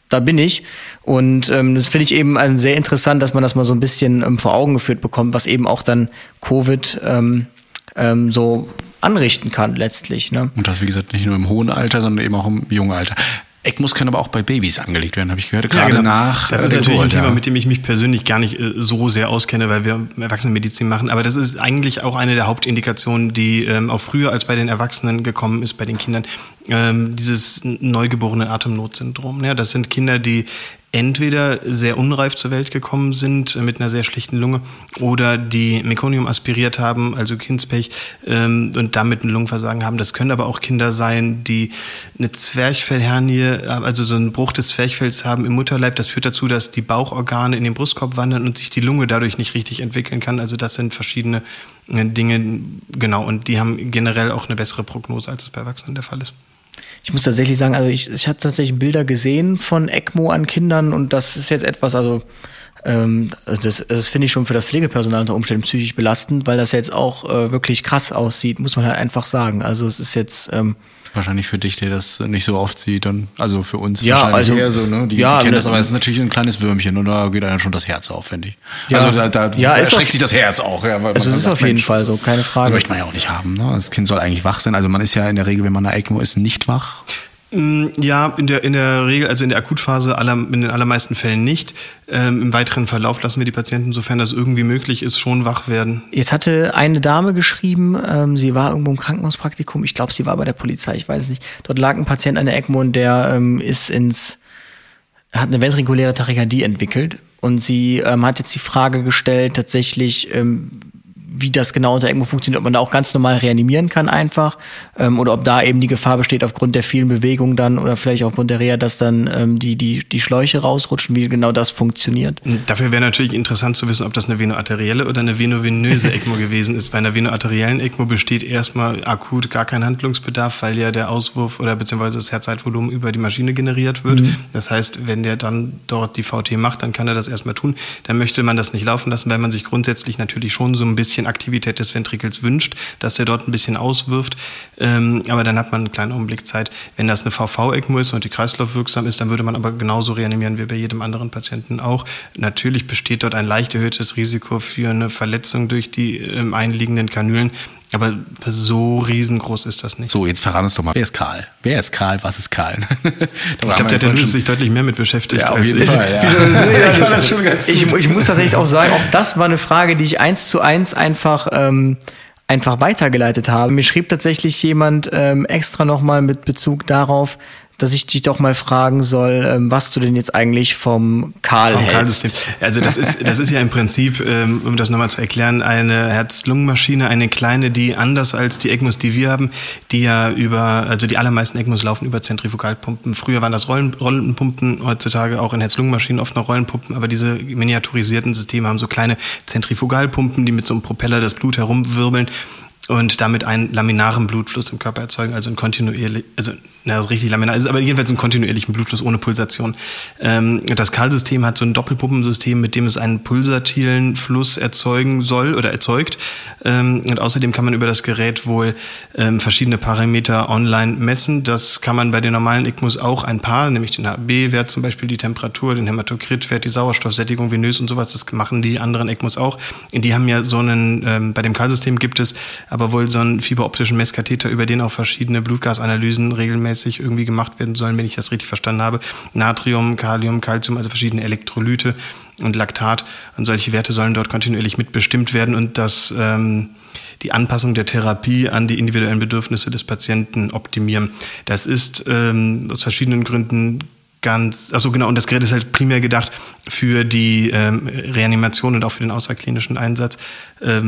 da bin ich. Und ähm, das finde ich eben also sehr interessant, dass man das mal so ein bisschen ähm, vor Augen geführt bekommt, was eben auch dann Covid ähm, ähm, so anrichten kann letztlich. Ne? Und das, wie gesagt, nicht nur im hohen Alter, sondern eben auch im jungen Alter. ECMOs können aber auch bei Babys angelegt werden, habe ich gehört. Gerade ja, genau. nach Das ist natürlich Geburt, ein Thema, ja. mit dem ich mich persönlich gar nicht äh, so sehr auskenne, weil wir Erwachsenenmedizin machen. Aber das ist eigentlich auch eine der Hauptindikationen, die ähm, auch früher als bei den Erwachsenen gekommen ist, bei den Kindern. Ähm, dieses neugeborene Atemnotsyndrom. Ja, das sind Kinder, die entweder sehr unreif zur Welt gekommen sind mit einer sehr schlechten Lunge oder die Mekonium aspiriert haben, also Kindspech, ähm, und damit ein Lungenversagen haben. Das können aber auch Kinder sein, die eine Zwerchfellhernie, also so einen Bruch des Zwerchfells haben im Mutterleib. Das führt dazu, dass die Bauchorgane in den Brustkorb wandern und sich die Lunge dadurch nicht richtig entwickeln kann. Also das sind verschiedene Dinge, genau, und die haben generell auch eine bessere Prognose, als es bei Erwachsenen der Fall ist. Ich muss tatsächlich sagen, also ich, ich habe tatsächlich Bilder gesehen von ECMO an Kindern und das ist jetzt etwas, also, ähm, also das, das finde ich schon für das Pflegepersonal unter Umständen psychisch belastend, weil das jetzt auch äh, wirklich krass aussieht, muss man halt einfach sagen. Also es ist jetzt ähm, wahrscheinlich für dich, der das nicht so oft sieht, und also für uns ja, wahrscheinlich also, eher so, ne? Die, ja, die kennen ne, das, aber es ist natürlich ein kleines Würmchen und da geht dann schon das Herz auf, finde ich. Ja, also da, da ja, erschreckt sich das Herz auch. Ja, weil also es ist sagt, auf jeden Mensch, Fall so, keine Frage. Das möchte man ja auch nicht haben. Ne? Das Kind soll eigentlich wach sein. Also man ist ja in der Regel, wenn man eine ECMO ist, nicht wach. Ja, in der in der Regel, also in der Akutphase aller, in den allermeisten Fällen nicht. Ähm, im weiteren Verlauf lassen wir die Patienten, sofern das irgendwie möglich ist, schon wach werden. Jetzt hatte eine Dame geschrieben, ähm, sie war irgendwo im Krankenhauspraktikum, ich glaube, sie war bei der Polizei, ich weiß es nicht. Dort lag ein Patient an der ECMO und der ähm, ist ins, hat eine ventrikuläre Tachykardie entwickelt und sie ähm, hat jetzt die Frage gestellt, tatsächlich, ähm, wie das genau unter ECMO funktioniert, ob man da auch ganz normal reanimieren kann einfach ähm, oder ob da eben die Gefahr besteht aufgrund der vielen Bewegungen dann oder vielleicht auch aufgrund der Reha, dass dann ähm, die die die Schläuche rausrutschen, wie genau das funktioniert. Dafür wäre natürlich interessant zu wissen, ob das eine venoarterielle oder eine venovenöse ECMO gewesen ist. Bei einer venoarteriellen ECMO besteht erstmal akut gar kein Handlungsbedarf, weil ja der Auswurf oder beziehungsweise das Herzzeitvolumen über die Maschine generiert wird. Mhm. Das heißt, wenn der dann dort die V T macht, dann kann er das erstmal tun. Dann möchte man das nicht laufen lassen, weil man sich grundsätzlich natürlich schon so ein bisschen Aktivität des Ventrikels wünscht, dass der dort ein bisschen auswirft. Ähm, aber dann hat man einen kleinen Augenblick Zeit. Wenn das eine V V-ECMO ist und die kreislaufwirksam ist, dann würde man aber genauso reanimieren wie bei jedem anderen Patienten auch. Natürlich besteht dort ein leicht erhöhtes Risiko für eine Verletzung durch die ähm, einliegenden Kanülen. Aber so riesengroß ist das nicht. So, jetzt verraten uns doch mal, wer ist Karl? Wer ist Karl? Was ist Karl? Ich glaube, der hat der Luis sich deutlich mehr mit beschäftigt ja, auf als jeden ich. Fall, ja. Ich fand das schon ganz gut. Ich, ich muss tatsächlich auch sagen, auch das war eine Frage, die ich eins zu eins einfach ähm, einfach weitergeleitet habe. Mir schrieb tatsächlich jemand ähm, extra nochmal mit Bezug darauf, dass ich dich doch mal fragen soll, ähm, was du denn jetzt eigentlich vom Karl vom hältst. Karl-System. Also das ist das ist ja im Prinzip, ähm, um das nochmal zu erklären, eine Herz-Lungen-Maschine, eine kleine, die anders als die ECMOs, die wir haben, die ja über, also die allermeisten ECMOs laufen über Zentrifugalpumpen. Früher waren das Rollen, Rollenpumpen, heutzutage auch in Herz-Lungen-Maschinen oft noch Rollenpumpen, aber diese miniaturisierten Systeme haben so kleine Zentrifugalpumpen, die mit so einem Propeller das Blut herumwirbeln und damit einen laminaren Blutfluss im Körper erzeugen, also ein kontinuierlich, also na, richtig laminar ist, aber jedenfalls einen kontinuierlichen Blutfluss ohne Pulsation. Ähm, das Karl-System hat so ein Doppelpumpensystem, mit dem es einen pulsatilen Fluss erzeugen soll oder erzeugt. Ähm, und außerdem kann man über das Gerät wohl ähm, verschiedene Parameter online messen. Das kann man bei den normalen ECMOs auch ein paar, nämlich den H B-Wert zum Beispiel, die Temperatur, den Hämatokrit-Wert, die Sauerstoffsättigung venös und sowas. Das machen die anderen ECMOs auch. Die haben ja so einen, ähm, bei dem Karl-System gibt es aber wohl so einen fiberoptischen Messkatheter, über den auch verschiedene Blutgasanalysen regelmäßig irgendwie gemacht werden sollen, wenn ich das richtig verstanden habe. Natrium, Kalium, Calcium, also verschiedene Elektrolyte und Laktat. Und solche Werte sollen dort kontinuierlich mitbestimmt werden und das, ähm, die Anpassung der Therapie an die individuellen Bedürfnisse des Patienten optimieren. Das ist ähm, aus verschiedenen Gründen ganz, also genau, und das Gerät ist halt primär gedacht für die ähm, Reanimation und auch für den außerklinischen Einsatz. Ähm,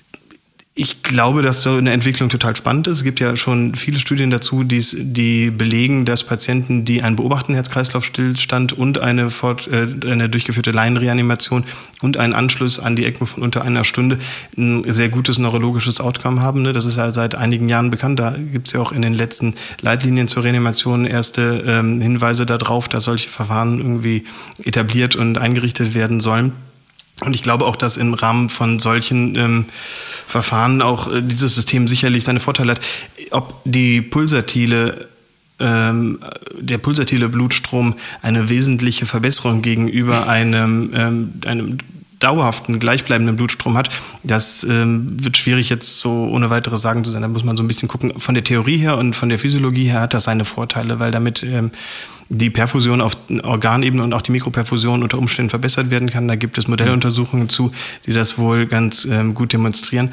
Ich glaube, dass so eine Entwicklung total spannend ist. Es gibt ja schon viele Studien dazu, die's, die belegen, dass Patienten, die einen beobachteten Herz-Kreislauf-Stillstand und eine, fort, äh, eine durchgeführte Laienreanimation und einen Anschluss an die ECMO von unter einer Stunde ein sehr gutes neurologisches Outcome haben. Das ist ja seit einigen Jahren bekannt. Da gibt es ja auch in den letzten Leitlinien zur Reanimation erste ähm, Hinweise darauf, dass solche Verfahren irgendwie etabliert und eingerichtet werden sollen. Und ich glaube auch, dass im Rahmen von solchen ähm, Verfahren auch äh, dieses System sicherlich seine Vorteile hat. Ob die Pulsatile ähm, der pulsatile Blutstrom eine wesentliche Verbesserung gegenüber einem, ähm, einem dauerhaften, gleichbleibenden Blutstrom hat, das ähm, wird schwierig jetzt so ohne weiteres sagen zu sein. Da muss man so ein bisschen gucken. Von der Theorie her und von der Physiologie her hat das seine Vorteile, weil damit ähm, die Perfusion auf Organebene und auch die Mikroperfusion unter Umständen verbessert werden kann. Da gibt es Modelluntersuchungen zu, die das wohl ganz ähm, gut demonstrieren.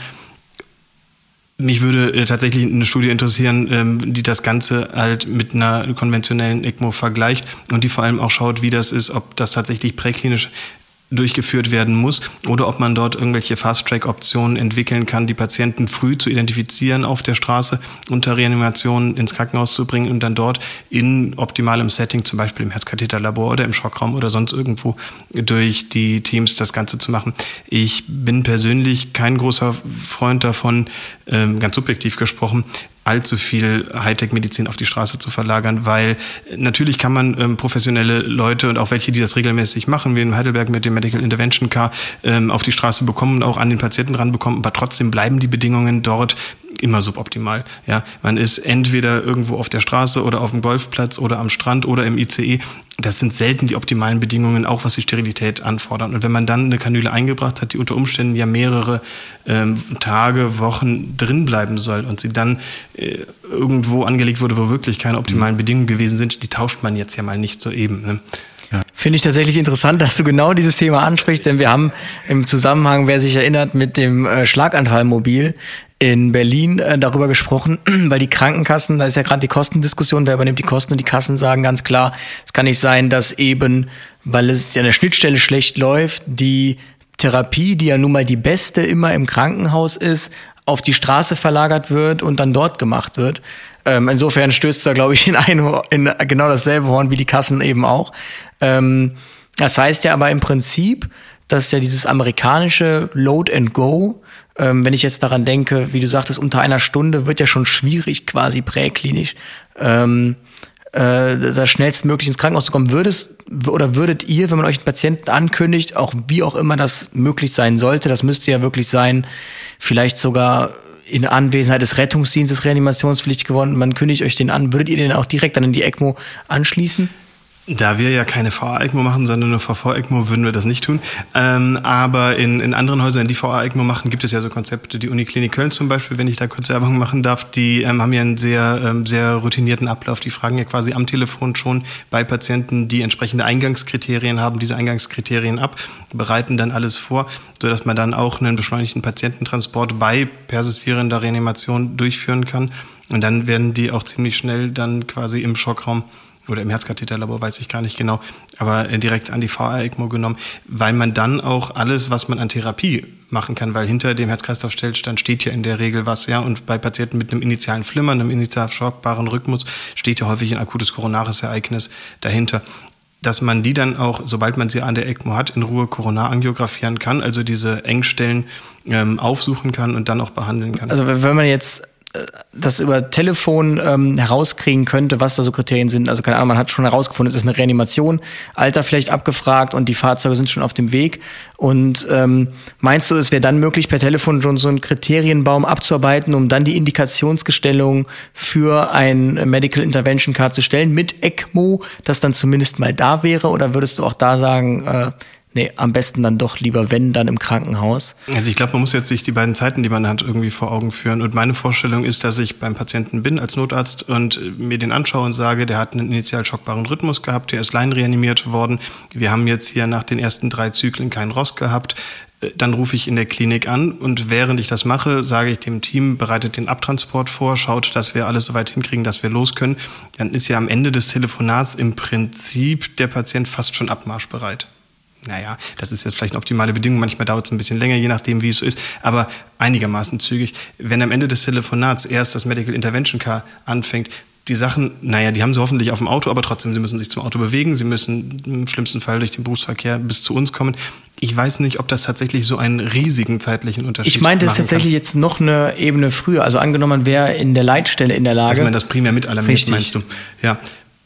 Mich würde äh, tatsächlich eine Studie interessieren, ähm, die das Ganze halt mit einer konventionellen ECMO vergleicht und die vor allem auch schaut, wie das ist, ob das tatsächlich präklinisch durchgeführt werden muss oder ob man dort irgendwelche Fast-Track-Optionen entwickeln kann, die Patienten früh zu identifizieren auf der Straße, unter Reanimation ins Krankenhaus zu bringen und dann dort in optimalem Setting, zum Beispiel im Herzkatheterlabor oder im Schockraum oder sonst irgendwo durch die Teams das Ganze zu machen. Ich bin persönlich kein großer Freund davon, ähm, ganz subjektiv gesprochen, allzu viel Hightech-Medizin auf die Straße zu verlagern, weil natürlich kann man ähm, professionelle Leute und auch welche, die das regelmäßig machen, wie in Heidelberg mit dem Medical Intervention Car, ähm, auf die Straße bekommen und auch an den Patienten ranbekommen, aber trotzdem bleiben die Bedingungen dort immer suboptimal. Ja, man ist entweder irgendwo auf der Straße oder auf dem Golfplatz oder am Strand oder im I C E. Das sind selten die optimalen Bedingungen, auch was die Sterilität anfordern. Und wenn man dann eine Kanüle eingebracht hat, die unter Umständen ja mehrere ähm, Tage, Wochen drin bleiben soll und sie dann äh, irgendwo angelegt wurde, wo wirklich keine optimalen mhm. Bedingungen gewesen sind, die tauscht man jetzt ja mal nicht so eben. Ne? Ja. Finde ich tatsächlich interessant, dass du genau dieses Thema ansprichst, denn wir haben im Zusammenhang, wer sich erinnert, mit dem äh, Schlaganfallmobil in Berlin äh, darüber gesprochen, weil die Krankenkassen, da ist ja gerade die Kostendiskussion, wer übernimmt die Kosten, und die Kassen sagen ganz klar, es kann nicht sein, dass eben, weil es an der Schnittstelle schlecht läuft, die Therapie, die ja nun mal die beste immer im Krankenhaus ist, auf die Straße verlagert wird und dann dort gemacht wird. Ähm, insofern stößt da, glaube ich, in, ein, in genau dasselbe Horn wie die Kassen eben auch. Ähm, das heißt ja aber im Prinzip, dass ja dieses amerikanische Load and Go, ähm, wenn ich jetzt daran denke, wie du sagtest, unter einer Stunde wird ja schon schwierig quasi präklinisch, ähm, äh, das schnellstmöglich ins Krankenhaus zu kommen. Würdest oder würdet ihr, wenn man euch einen Patienten ankündigt, auch wie auch immer das möglich sein sollte, das müsste ja wirklich sein, vielleicht sogar in Anwesenheit des Rettungsdienstes reanimationspflichtig geworden, man kündigt euch den an, würdet ihr den auch direkt dann in die ECMO anschließen? Da wir ja keine V A-ECMO machen, sondern eine V V-ECMO, würden wir das nicht tun. Ähm, aber in, in anderen Häusern, die V A-ECMO machen, gibt es ja so Konzepte. Die Uniklinik Köln zum Beispiel, wenn ich da kurz Werbung machen darf, die ähm, haben ja einen sehr, ähm, sehr routinierten Ablauf. Die fragen ja quasi am Telefon schon bei Patienten, die entsprechende Eingangskriterien haben, diese Eingangskriterien ab, bereiten dann alles vor, sodass man dann auch einen beschleunigten Patiententransport bei persistierender Reanimation durchführen kann. Und dann werden die auch ziemlich schnell dann quasi im Schockraum oder im Herzkatheterlabor, weiß ich gar nicht genau, aber direkt an die V A-ECMO genommen, weil man dann auch alles, was man an Therapie machen kann, weil hinter dem Herz-Kreislauf-Stillstand steht ja in der Regel was, ja, und bei Patienten mit einem initialen Flimmern, einem initial schockbaren Rhythmus steht ja häufig ein akutes koronares Ereignis dahinter, dass man die dann auch, sobald man sie an der ECMO hat, in Ruhe koronarangiografieren kann, also diese Engstellen ähm, aufsuchen kann und dann auch behandeln kann. Also wenn man jetzt das über Telefon ähm, herauskriegen könnte, was da so Kriterien sind. Also keine Ahnung, man hat schon herausgefunden, es ist eine Reanimation, Alter vielleicht abgefragt und die Fahrzeuge sind schon auf dem Weg. Und ähm, meinst du, es wäre dann möglich, per Telefon schon so einen Kriterienbaum abzuarbeiten, um dann die Indikationsgestellung für ein Medical Intervention Card zu stellen mit ECMO, das dann zumindest mal da wäre? Oder würdest du auch da sagen, äh, nee, am besten dann doch lieber, wenn, dann im Krankenhaus? Also ich glaube, man muss jetzt sich die beiden Zeiten, die man hat, irgendwie vor Augen führen. Und meine Vorstellung ist, dass ich beim Patienten bin als Notarzt und mir den anschaue und sage, der hat einen initial schockbaren Rhythmus gehabt, der ist laienreanimiert worden. Wir haben jetzt hier nach den ersten drei Zyklen keinen R O S gehabt. Dann rufe ich in der Klinik an und während ich das mache, sage ich dem Team, bereitet den Abtransport vor, schaut, dass wir alles so weit hinkriegen, dass wir los können. Dann ist ja am Ende des Telefonats im Prinzip der Patient fast schon abmarschbereit. Naja, das ist jetzt vielleicht eine optimale Bedingung, manchmal dauert es ein bisschen länger, je nachdem, wie es so ist, aber einigermaßen zügig. Wenn am Ende des Telefonats erst das Medical Intervention Car anfängt, die Sachen, naja, die haben sie hoffentlich auf dem Auto, aber trotzdem, sie müssen sich zum Auto bewegen, sie müssen im schlimmsten Fall durch den Berufsverkehr bis zu uns kommen. Ich weiß nicht, ob das tatsächlich so einen riesigen zeitlichen Unterschied macht. Ich meinte es tatsächlich kann. Jetzt noch eine Ebene früher, also angenommen, man wäre in der Leitstelle in der Lage. Dass man das primär mit allem mit, meinst du? Ja.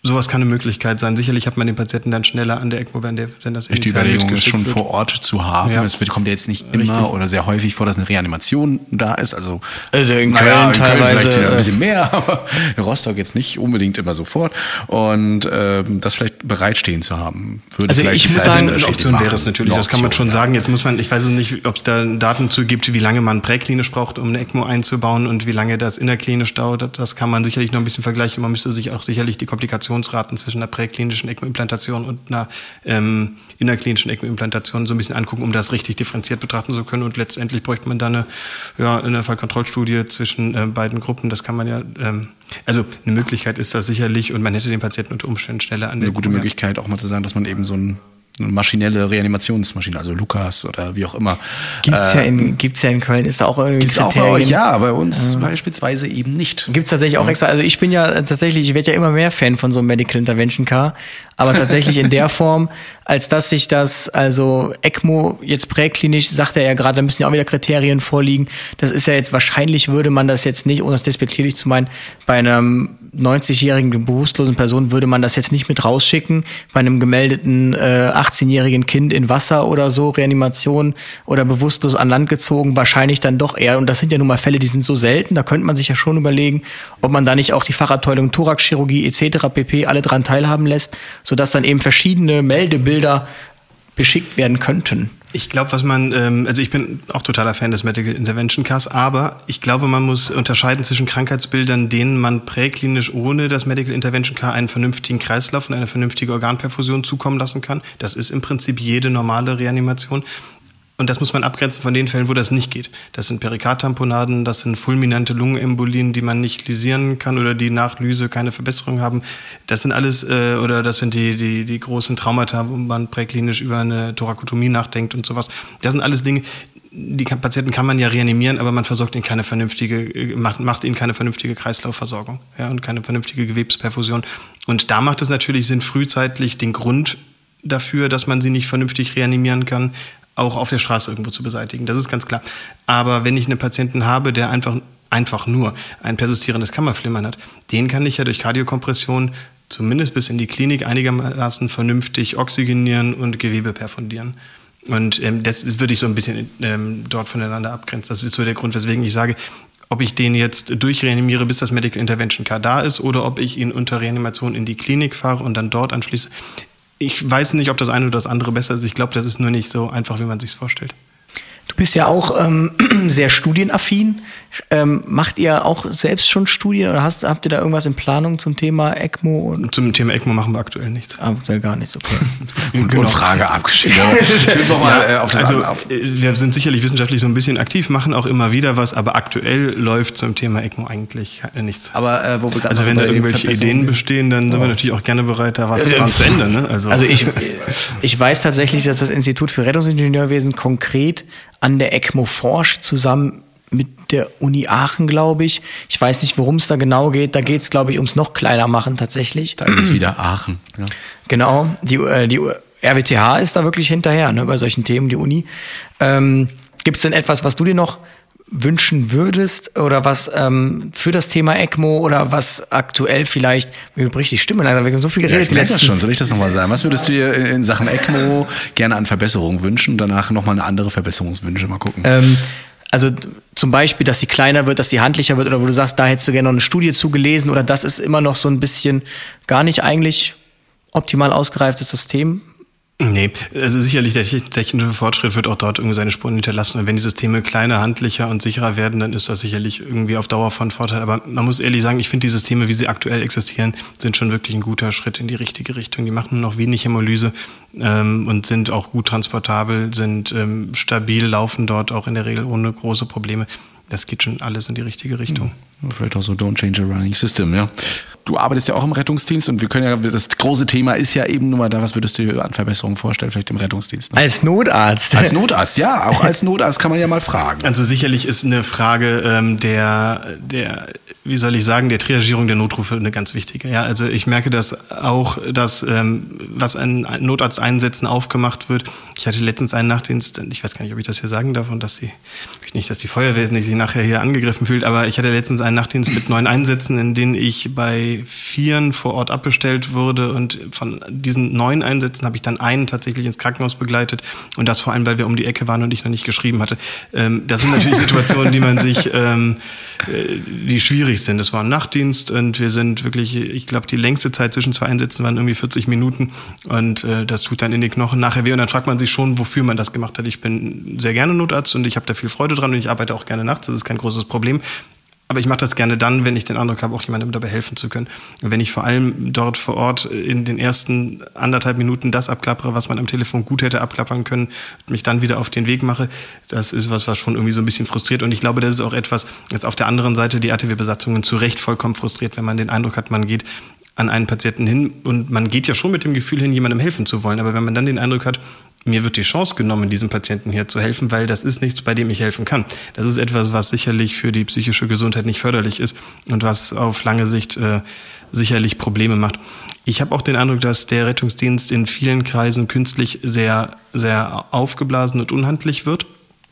sowas kann eine Möglichkeit sein. Sicherlich hat man den Patienten dann schneller an der ECMO, wenn, der, wenn das die Überlegung ist schon wird. vor Ort zu haben. Ja. Es kommt ja jetzt nicht immer Richtig. oder sehr häufig vor, dass eine Reanimation da ist. Also, also in naja, Köln in Köln teilweise vielleicht wieder ein äh, bisschen mehr, aber in Rostock jetzt nicht unbedingt immer sofort. Und ähm, das vielleicht bereitstehen zu haben, würde Also vielleicht ich muss einen sagen, Unterschied Eine Option machen. wäre es natürlich, Eine das kann man Option, schon ja. sagen. Jetzt muss man, ich weiß nicht, ob es da Daten zu gibt, wie lange man präklinisch braucht, um eine ECMO einzubauen und wie lange das innerklinisch dauert. Das kann man sicherlich noch ein bisschen vergleichen. Man müsste sich auch sicherlich die Komplikationsraten zwischen einer präklinischen ECMO-Implantation und einer ähm, innerklinischen ECMO-Implantation so ein bisschen angucken, um das richtig differenziert betrachten zu können. Und letztendlich bräuchte man dann eine, ja, eine Fallkontrollstudie zwischen äh, beiden Gruppen. Das kann man ja, ähm, also eine Möglichkeit ist das sicherlich und man hätte den Patienten unter Umständen schneller an der Eine gute ECMO, ja. Möglichkeit auch mal zu sagen, dass man eben so ein eine maschinelle Reanimationsmaschine, also Lukas oder wie auch immer. Gibt's äh, ja in, gibt's ja in Köln, ist da auch irgendwie Gibt's auch bei Kriterien. euch, ja, bei uns beispielsweise eben nicht. Gibt's tatsächlich auch extra, also ich bin ja tatsächlich, ich werde ja immer mehr Fan von so einem Medical Intervention Car, aber tatsächlich in der Form, als dass sich das, also ECMO jetzt präklinisch, sagt er ja gerade, da müssen ja auch wieder Kriterien vorliegen. Das ist ja jetzt, wahrscheinlich würde man das jetzt nicht, ohne das despektierlich zu meinen, bei einer neunzigjährigen bewusstlosen Person würde man das jetzt nicht mit rausschicken, bei einem gemeldeten äh, achtzehnjährigen Kind in Wasser oder so, Reanimation oder bewusstlos an Land gezogen, wahrscheinlich dann doch eher, und das sind ja nun mal Fälle, die sind so selten, da könnte man sich ja schon überlegen, ob man da nicht auch die Fachabteilung Thoraxchirurgie et cetera pp. Alle dran teilhaben lässt, sodass dann eben verschiedene Meldebilder beschickt werden könnten. Ich glaube, was man, ähm, also ich bin auch totaler Fan des Medical Intervention Cars, aber ich glaube, man muss unterscheiden zwischen Krankheitsbildern, denen man präklinisch ohne das Medical Intervention Car einen vernünftigen Kreislauf und eine vernünftige Organperfusion zukommen lassen kann. Das ist im Prinzip jede normale Reanimation. Und das muss man abgrenzen von den Fällen, wo das nicht geht. Das sind Perikardtamponaden, das sind fulminante Lungenembolien, die man nicht lysieren kann oder die nach Lyse keine Verbesserung haben. Das sind alles, äh, oder das sind die, die, die großen Traumata, wo man präklinisch über eine Thorakotomie nachdenkt und sowas. Das sind alles Dinge, die Patienten kann man ja reanimieren, aber man versorgt ihnen keine vernünftige, macht, macht ihnen keine vernünftige Kreislaufversorgung, ja, und keine vernünftige Gewebsperfusion. Und da macht es natürlich Sinn, frühzeitig den Grund dafür, dass man sie nicht vernünftig reanimieren kann, auch auf der Straße irgendwo zu beseitigen. Das ist ganz klar. Aber wenn ich einen Patienten habe, der einfach, einfach nur ein persistierendes Kammerflimmern hat, den kann ich ja durch Kardiokompression zumindest bis in die Klinik einigermaßen vernünftig oxygenieren und Gewebe perfundieren. Und ähm, das würde ich so ein bisschen ähm, dort voneinander abgrenzen. Das ist so der Grund, weswegen ich sage, ob ich den jetzt durchreanimiere, bis das Medical Intervention Car da ist, oder ob ich ihn unter Reanimation in die Klinik fahre und dann dort anschließe. Ich weiß nicht, ob das eine oder das andere besser ist. Ich glaube, das ist nur nicht so einfach, wie man sich vorstellt. Du bist ja auch ähm, sehr studienaffin. Ähm, macht ihr auch selbst schon Studien oder hast, habt ihr da irgendwas in Planung zum Thema ECMO? Und Zum Thema ECMO machen wir aktuell nichts. ah, gar nichts, okay. Und, Genau. und Frage abgeschrieben. Ich will noch mal äh, auf das Also auf. äh, wir sind sicherlich wissenschaftlich so ein bisschen aktiv, machen auch immer wieder was, aber aktuell läuft zum Thema ECMO eigentlich äh, nichts. Aber äh, wo wir gerade Also noch wenn da über die irgendwelche Verbesserungen- Ideen bestehen, dann sind wir natürlich auch gerne bereit, da was dran zu ändern. Ne? Also, Also ich, ich weiß tatsächlich, dass das Institut für Rettungsingenieurwesen konkret an der ECMO forscht, zusammen mit der Uni Aachen, glaube ich. Ich weiß nicht, worum es da genau geht. Da geht es, glaube ich, ums noch kleiner machen tatsächlich. Da ist es wieder Aachen. Ja. Genau, die, äh, die R W T H ist da wirklich hinterher, ne, bei solchen Themen, die Uni. Ähm, gibt es denn etwas, was du dir noch wünschen würdest oder was ähm, für das Thema ECMO oder was aktuell vielleicht, mir bricht die Stimme leider, wir haben so viel Ja, geredet. ich die merke das letzten- schon. Soll ich das nochmal sagen? Was würdest du dir in in Sachen ECMO gerne an Verbesserungen wünschen? Danach nochmal eine andere Verbesserungswünsche. Mal gucken. Ähm, also zum Beispiel, dass sie kleiner wird, dass sie handlicher wird oder wo du sagst, da hättest du gerne noch eine Studie zugelesen oder das ist immer noch so ein bisschen gar nicht eigentlich optimal ausgereiftes System. Nee, also sicherlich der technische Fortschritt wird auch dort irgendwie seine Spuren hinterlassen. Und wenn die Systeme kleiner, handlicher und sicherer werden, dann ist das sicherlich irgendwie auf Dauer von Vorteil. Aber man muss ehrlich sagen, ich finde die Systeme, wie sie aktuell existieren, sind schon wirklich ein guter Schritt in die richtige Richtung. Die machen noch wenig Hämolyse ähm, und sind auch gut transportabel, sind ähm, stabil, laufen dort auch in der Regel ohne große Probleme. Das geht schon alles in die richtige Richtung. Vielleicht auch so Don't Change a Running System, ja. Du arbeitest ja auch im Rettungsdienst und wir können ja, das große Thema ist ja eben nur mal da, was würdest du dir an Verbesserungen vorstellen, vielleicht im Rettungsdienst? Ne? Als Notarzt. Als Notarzt, ja, auch als Notarzt kann man ja mal fragen. Also sicherlich ist eine Frage ähm, der, der wie soll ich sagen, der Triagierung der Notrufe eine ganz wichtige. Ja, also ich merke das auch, dass ähm, was an Notarzteinsätzen aufgemacht wird. Ich hatte letztens einen Nachtdienst, ich weiß gar nicht, ob ich das hier sagen darf und dass die, nicht, dass die Feuerwehr sich nachher hier angegriffen fühlt, aber ich hatte letztens einen Nachtdienst mit neun Einsätzen, in denen ich bei vieren vor Ort abbestellt wurde und von diesen neun Einsätzen habe ich dann einen tatsächlich ins Krankenhaus begleitet und das vor allem, weil wir um die Ecke waren und ich noch nicht geschrieben hatte. Ähm, das sind natürlich Situationen, die man sich, ähm, die schwierig sind. Es war ein Nachtdienst und wir sind wirklich, ich glaube, die längste Zeit zwischen zwei Einsätzen waren irgendwie vierzig Minuten und äh, das tut dann in den Knochen nachher weh und dann fragt man sich schon, wofür man das gemacht hat. Ich bin sehr gerne Notarzt und ich habe da viel Freude dran und ich arbeite auch gerne nachts, das ist kein großes Problem. Aber ich mache das gerne dann, wenn ich den Eindruck habe, auch jemandem dabei helfen zu können. Und wenn ich vor allem dort vor Ort in den ersten anderthalb Minuten das abklappere, was man am Telefon gut hätte abklappern können, mich dann wieder auf den Weg mache, das ist was, was schon irgendwie so ein bisschen frustriert. Und ich glaube, das ist auch etwas, das auf der anderen Seite die A T W-Besatzungen zu Recht vollkommen frustriert, wenn man den Eindruck hat, man geht an einen Patienten hin und man geht ja schon mit dem Gefühl hin, jemandem helfen zu wollen. Aber wenn man dann den Eindruck hat, mir wird die Chance genommen, diesem Patienten hier zu helfen, weil das ist nichts, bei dem ich helfen kann. Das ist etwas, was sicherlich für die psychische Gesundheit nicht förderlich ist und was auf lange Sicht äh, sicherlich Probleme macht. Ich habe auch den Eindruck, dass der Rettungsdienst in vielen Kreisen künstlich sehr, sehr aufgeblasen und unhandlich wird.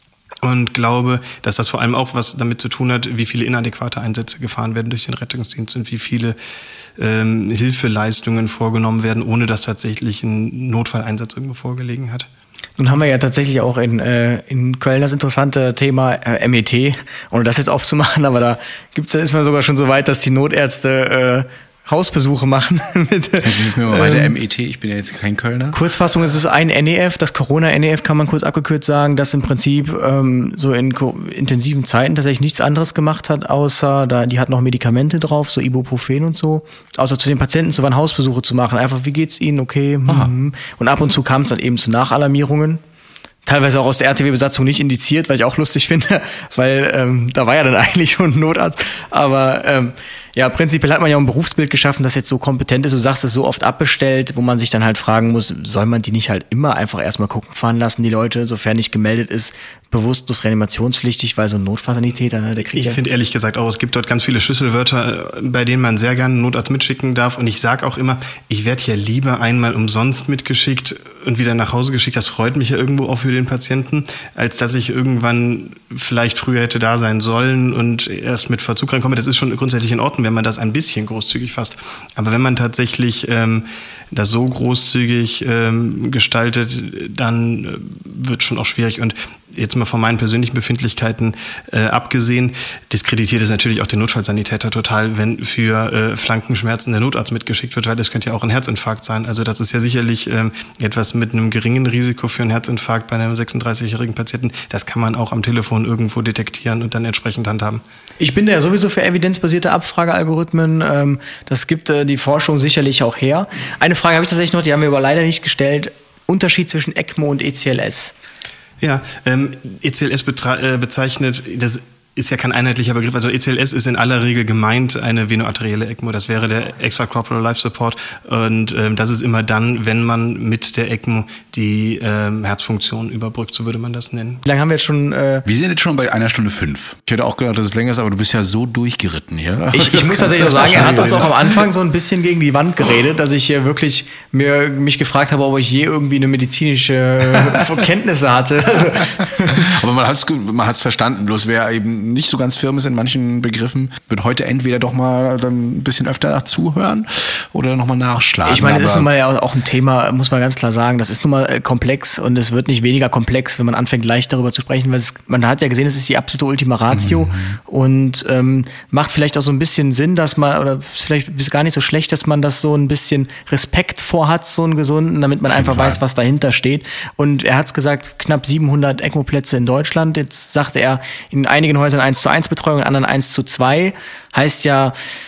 Und glaube, dass das vor allem auch was damit zu tun hat, wie viele inadäquate Einsätze gefahren werden durch den Rettungsdienst und wie viele ähm, Hilfeleistungen vorgenommen werden, ohne dass tatsächlich ein Notfalleinsatz irgendwo vorgelegen hat. Nun haben wir ja tatsächlich auch in, äh, in Köln das interessante Thema äh, M E T, ohne das jetzt aufzumachen, aber da gibt's, da ist man sogar schon so weit, dass die Notärzte äh, Hausbesuche machen. mit, Hilf mir mal weiter, ähm, M E T, ich bin ja jetzt kein Kölner. Kurzfassung, es ist ein N E F, das Corona-N E F kann man kurz abgekürzt sagen, das im Prinzip ähm, so in ko- intensiven Zeiten tatsächlich nichts anderes gemacht hat, außer, da die hat noch Medikamente drauf, so Ibuprofen und so, außer zu den Patienten zu waren Hausbesuche zu machen. Einfach, wie geht's ihnen, okay. Mhm. Und ab und zu kam es dann eben zu Nachalarmierungen. Teilweise auch aus der R T W-Besatzung nicht indiziert, weil ich auch lustig finde, weil ähm, da war ja dann eigentlich schon ein Notarzt. Aber ähm, ja, prinzipiell hat man ja ein Berufsbild geschaffen, das jetzt so kompetent ist. Du sagst es so oft abbestellt, wo man sich dann halt fragen muss, soll man die nicht halt immer einfach erstmal gucken fahren lassen, die Leute, sofern nicht gemeldet ist, bewusstlos reanimationspflichtig, weil so ein Notfallsanitäter, ne, der kriegt Ich ja finde ehrlich gesagt auch, es gibt dort ganz viele Schlüsselwörter, bei denen man sehr gerne einen Notarzt mitschicken darf. Und ich sage auch immer, ich werde ja lieber einmal umsonst mitgeschickt und wieder nach Hause geschickt. Das freut mich ja irgendwo auch für den Patienten, als dass ich irgendwann vielleicht früher hätte da sein sollen und erst mit Verzug reinkomme. Das ist schon grundsätzlich in Ordnung, wenn man das ein bisschen großzügig fasst. Aber wenn man tatsächlich ähm, das so großzügig ähm, gestaltet, dann äh, wird schon auch schwierig. Und jetzt mal von meinen persönlichen Befindlichkeiten äh, abgesehen, diskreditiert es natürlich auch den Notfallsanitäter total, wenn für äh, Flankenschmerzen der Notarzt mitgeschickt wird, weil das könnte ja auch ein Herzinfarkt sein. Also das ist ja sicherlich ähm, etwas mit einem geringen Risiko für einen Herzinfarkt bei einem sechsunddreißigjährigen Patienten. Das kann man auch am Telefon irgendwo detektieren und dann entsprechend handhaben. Ich bin ja sowieso für evidenzbasierte Abfragealgorithmen. Ähm, das gibt äh, die Forschung sicherlich auch her. Eine Frage habe ich tatsächlich noch, die haben wir aber leider nicht gestellt. Unterschied zwischen ECMO und E C L S. Ja, ähm, E C L S betra- äh, bezeichnet, das ist ja kein einheitlicher Begriff. Also E C L S ist in aller Regel gemeint eine venoarterielle ECMO. Das wäre der Extracorporeal Life Support. Und ähm, das ist immer dann, wenn man mit der ECMO die ähm, Herzfunktion überbrückt, so würde man das nennen. Wie lange haben wir jetzt schon? Äh Wir sind jetzt schon bei einer Stunde fünf. Ich hätte auch gedacht, dass es länger ist, aber du bist ja so durchgeritten hier. Ich, ich muss tatsächlich auch sagen, er hat uns auch am Anfang so ein bisschen gegen die Wand geredet, dass ich hier wirklich mir mich gefragt habe, ob ich je irgendwie eine medizinische äh, Kenntnisse hatte. Also aber man hat es man hat's verstanden. Bloß wer eben nicht so ganz firm ist in manchen Begriffen, wird heute entweder doch mal dann ein bisschen öfter zuhören oder nochmal nachschlagen. Ich meine, das ist nun mal ja auch ein Thema, muss man ganz klar sagen, das ist nun mal komplex und es wird nicht weniger komplex, wenn man anfängt, leicht darüber zu sprechen, weil es, man hat ja gesehen, es ist die absolute Ultima Ratio mhm. und ähm, macht vielleicht auch so ein bisschen Sinn, dass man, oder vielleicht ist es gar nicht so schlecht, dass man das so ein bisschen Respekt vorhat, so einen gesunden, damit man einfach Fall. weiß, was dahinter steht. Und er hat es gesagt, knapp siebenhundert ECMO-Plätze in Deutschland. Jetzt sagte er, in einigen Häusern eins zu eins Betreuung, in anderen eins zu zwei. Heißt ja,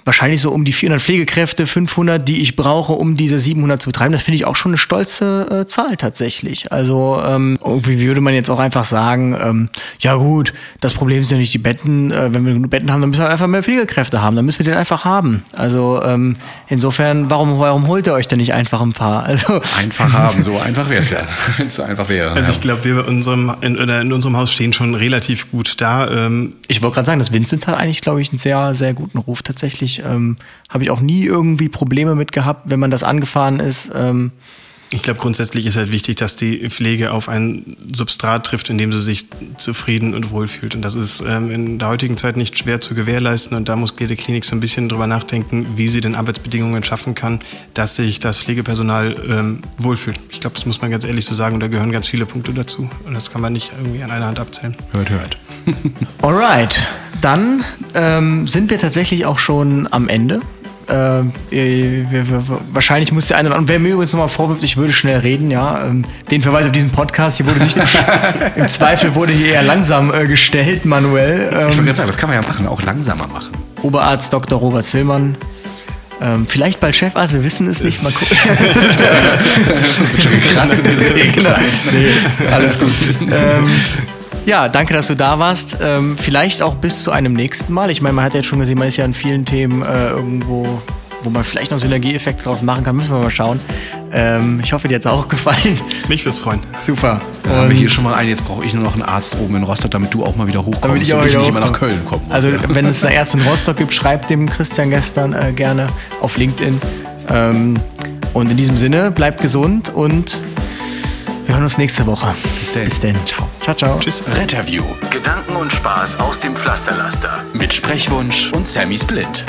wahrscheinlich so um die vierhundert Pflegekräfte, fünfhundert, die ich brauche, um diese siebenhundert zu betreiben. Das finde ich auch schon eine stolze äh, Zahl tatsächlich. Also ähm, irgendwie würde man jetzt auch einfach sagen, ähm, ja gut, das Problem sind ja nicht die Betten. Äh, wenn wir genug Betten haben, dann müssen wir einfach mehr Pflegekräfte haben. Dann müssen wir den einfach haben. Also ähm, insofern, warum, warum holt ihr euch denn nicht einfach ein paar? Also einfach haben, so einfach wäre es ja, wenn es so einfach wäre. Also ja. ich glaube, wir bei unserem, in, oder in unserem Haus stehen schon relativ gut da. Ähm, ich wollte gerade sagen, das Vincent hat eigentlich, glaube ich, einen sehr, sehr guten Ruf tatsächlich. Ähm, habe ich auch nie irgendwie Probleme mit gehabt, wenn man das angefahren ist. Ähm, Ich glaube, grundsätzlich ist halt wichtig, dass die Pflege auf ein Substrat trifft, in dem sie sich zufrieden und wohlfühlt. Und das ist ähm, in der heutigen Zeit nicht schwer zu gewährleisten. Und da muss jede Klinik so ein bisschen drüber nachdenken, wie sie denn Arbeitsbedingungen schaffen kann, dass sich das Pflegepersonal ähm, wohlfühlt. Ich glaube, das muss man ganz ehrlich so sagen. Und da gehören ganz viele Punkte dazu. Und das kann man nicht irgendwie an einer Hand abzählen. Hört, hört. Alright, dann ähm, sind wir tatsächlich auch schon am Ende. Äh, wir, wir, wir, wahrscheinlich muss der eine oder andere, wer mir übrigens nochmal vorwirft, ich würde schnell reden, ja, ähm, den Verweis auf diesen Podcast, hier wurde nicht, im Zweifel wurde hier eher langsam äh, gestellt, manuell. Ähm, ich würde gerade sagen, das kann man ja machen, auch langsamer machen. Oberarzt Doktor Robert Zillmann, ähm, vielleicht bald Chefarzt, wir wissen es nicht, mal gucken. Schon gekratzt und gesägt. Genau. Nee, alles gut. ähm, Ja, danke, dass du da warst. Ähm, vielleicht auch bis zu einem nächsten Mal. Ich meine, man hat ja jetzt schon gesehen, man ist ja in vielen Themen äh, irgendwo, wo man vielleicht noch Synergieeffekte draus machen kann. Müssen wir mal schauen. Ähm, ich hoffe, dir hat es auch gefallen. Mich würde es freuen. Super. Dann haben wir hier schon mal einen. Jetzt brauche ich nur noch einen Arzt oben in Rostock, damit du auch mal wieder hochkommst Damit ich auch und ich wieder nicht immer nach hochkomme. Köln kommen muss. Also, ja. wenn es eine Ärztin in Rostock gibt, schreibt dem Christian gestern äh, gerne auf LinkedIn. Ähm, und in diesem Sinne, bleibt gesund und wir hören uns nächste Woche. Bis denn. Bis denn. Ciao. Ciao, ciao. Tschüss. Retterview. Gedanken und Spaß aus dem Pflasterlaster. Mit Sprechwunsch und Sammy Split.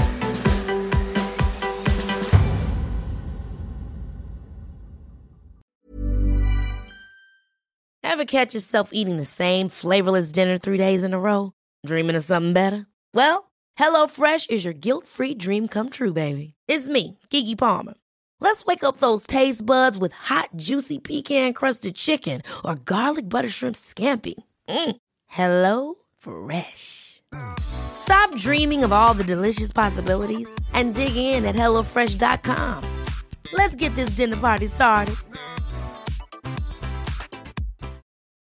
Ever catch yourself eating the same flavorless dinner three days in a row? Dreaming of something better? Well, HelloFresh is your guilt-free dream come true, baby. It's me, Keke Palmer. Let's wake up those taste buds with hot, juicy pecan-crusted chicken or garlic butter shrimp scampi. Mm. Hello Fresh. Stop dreaming of all the delicious possibilities and dig in at hello fresh dot com. Let's get this dinner party started.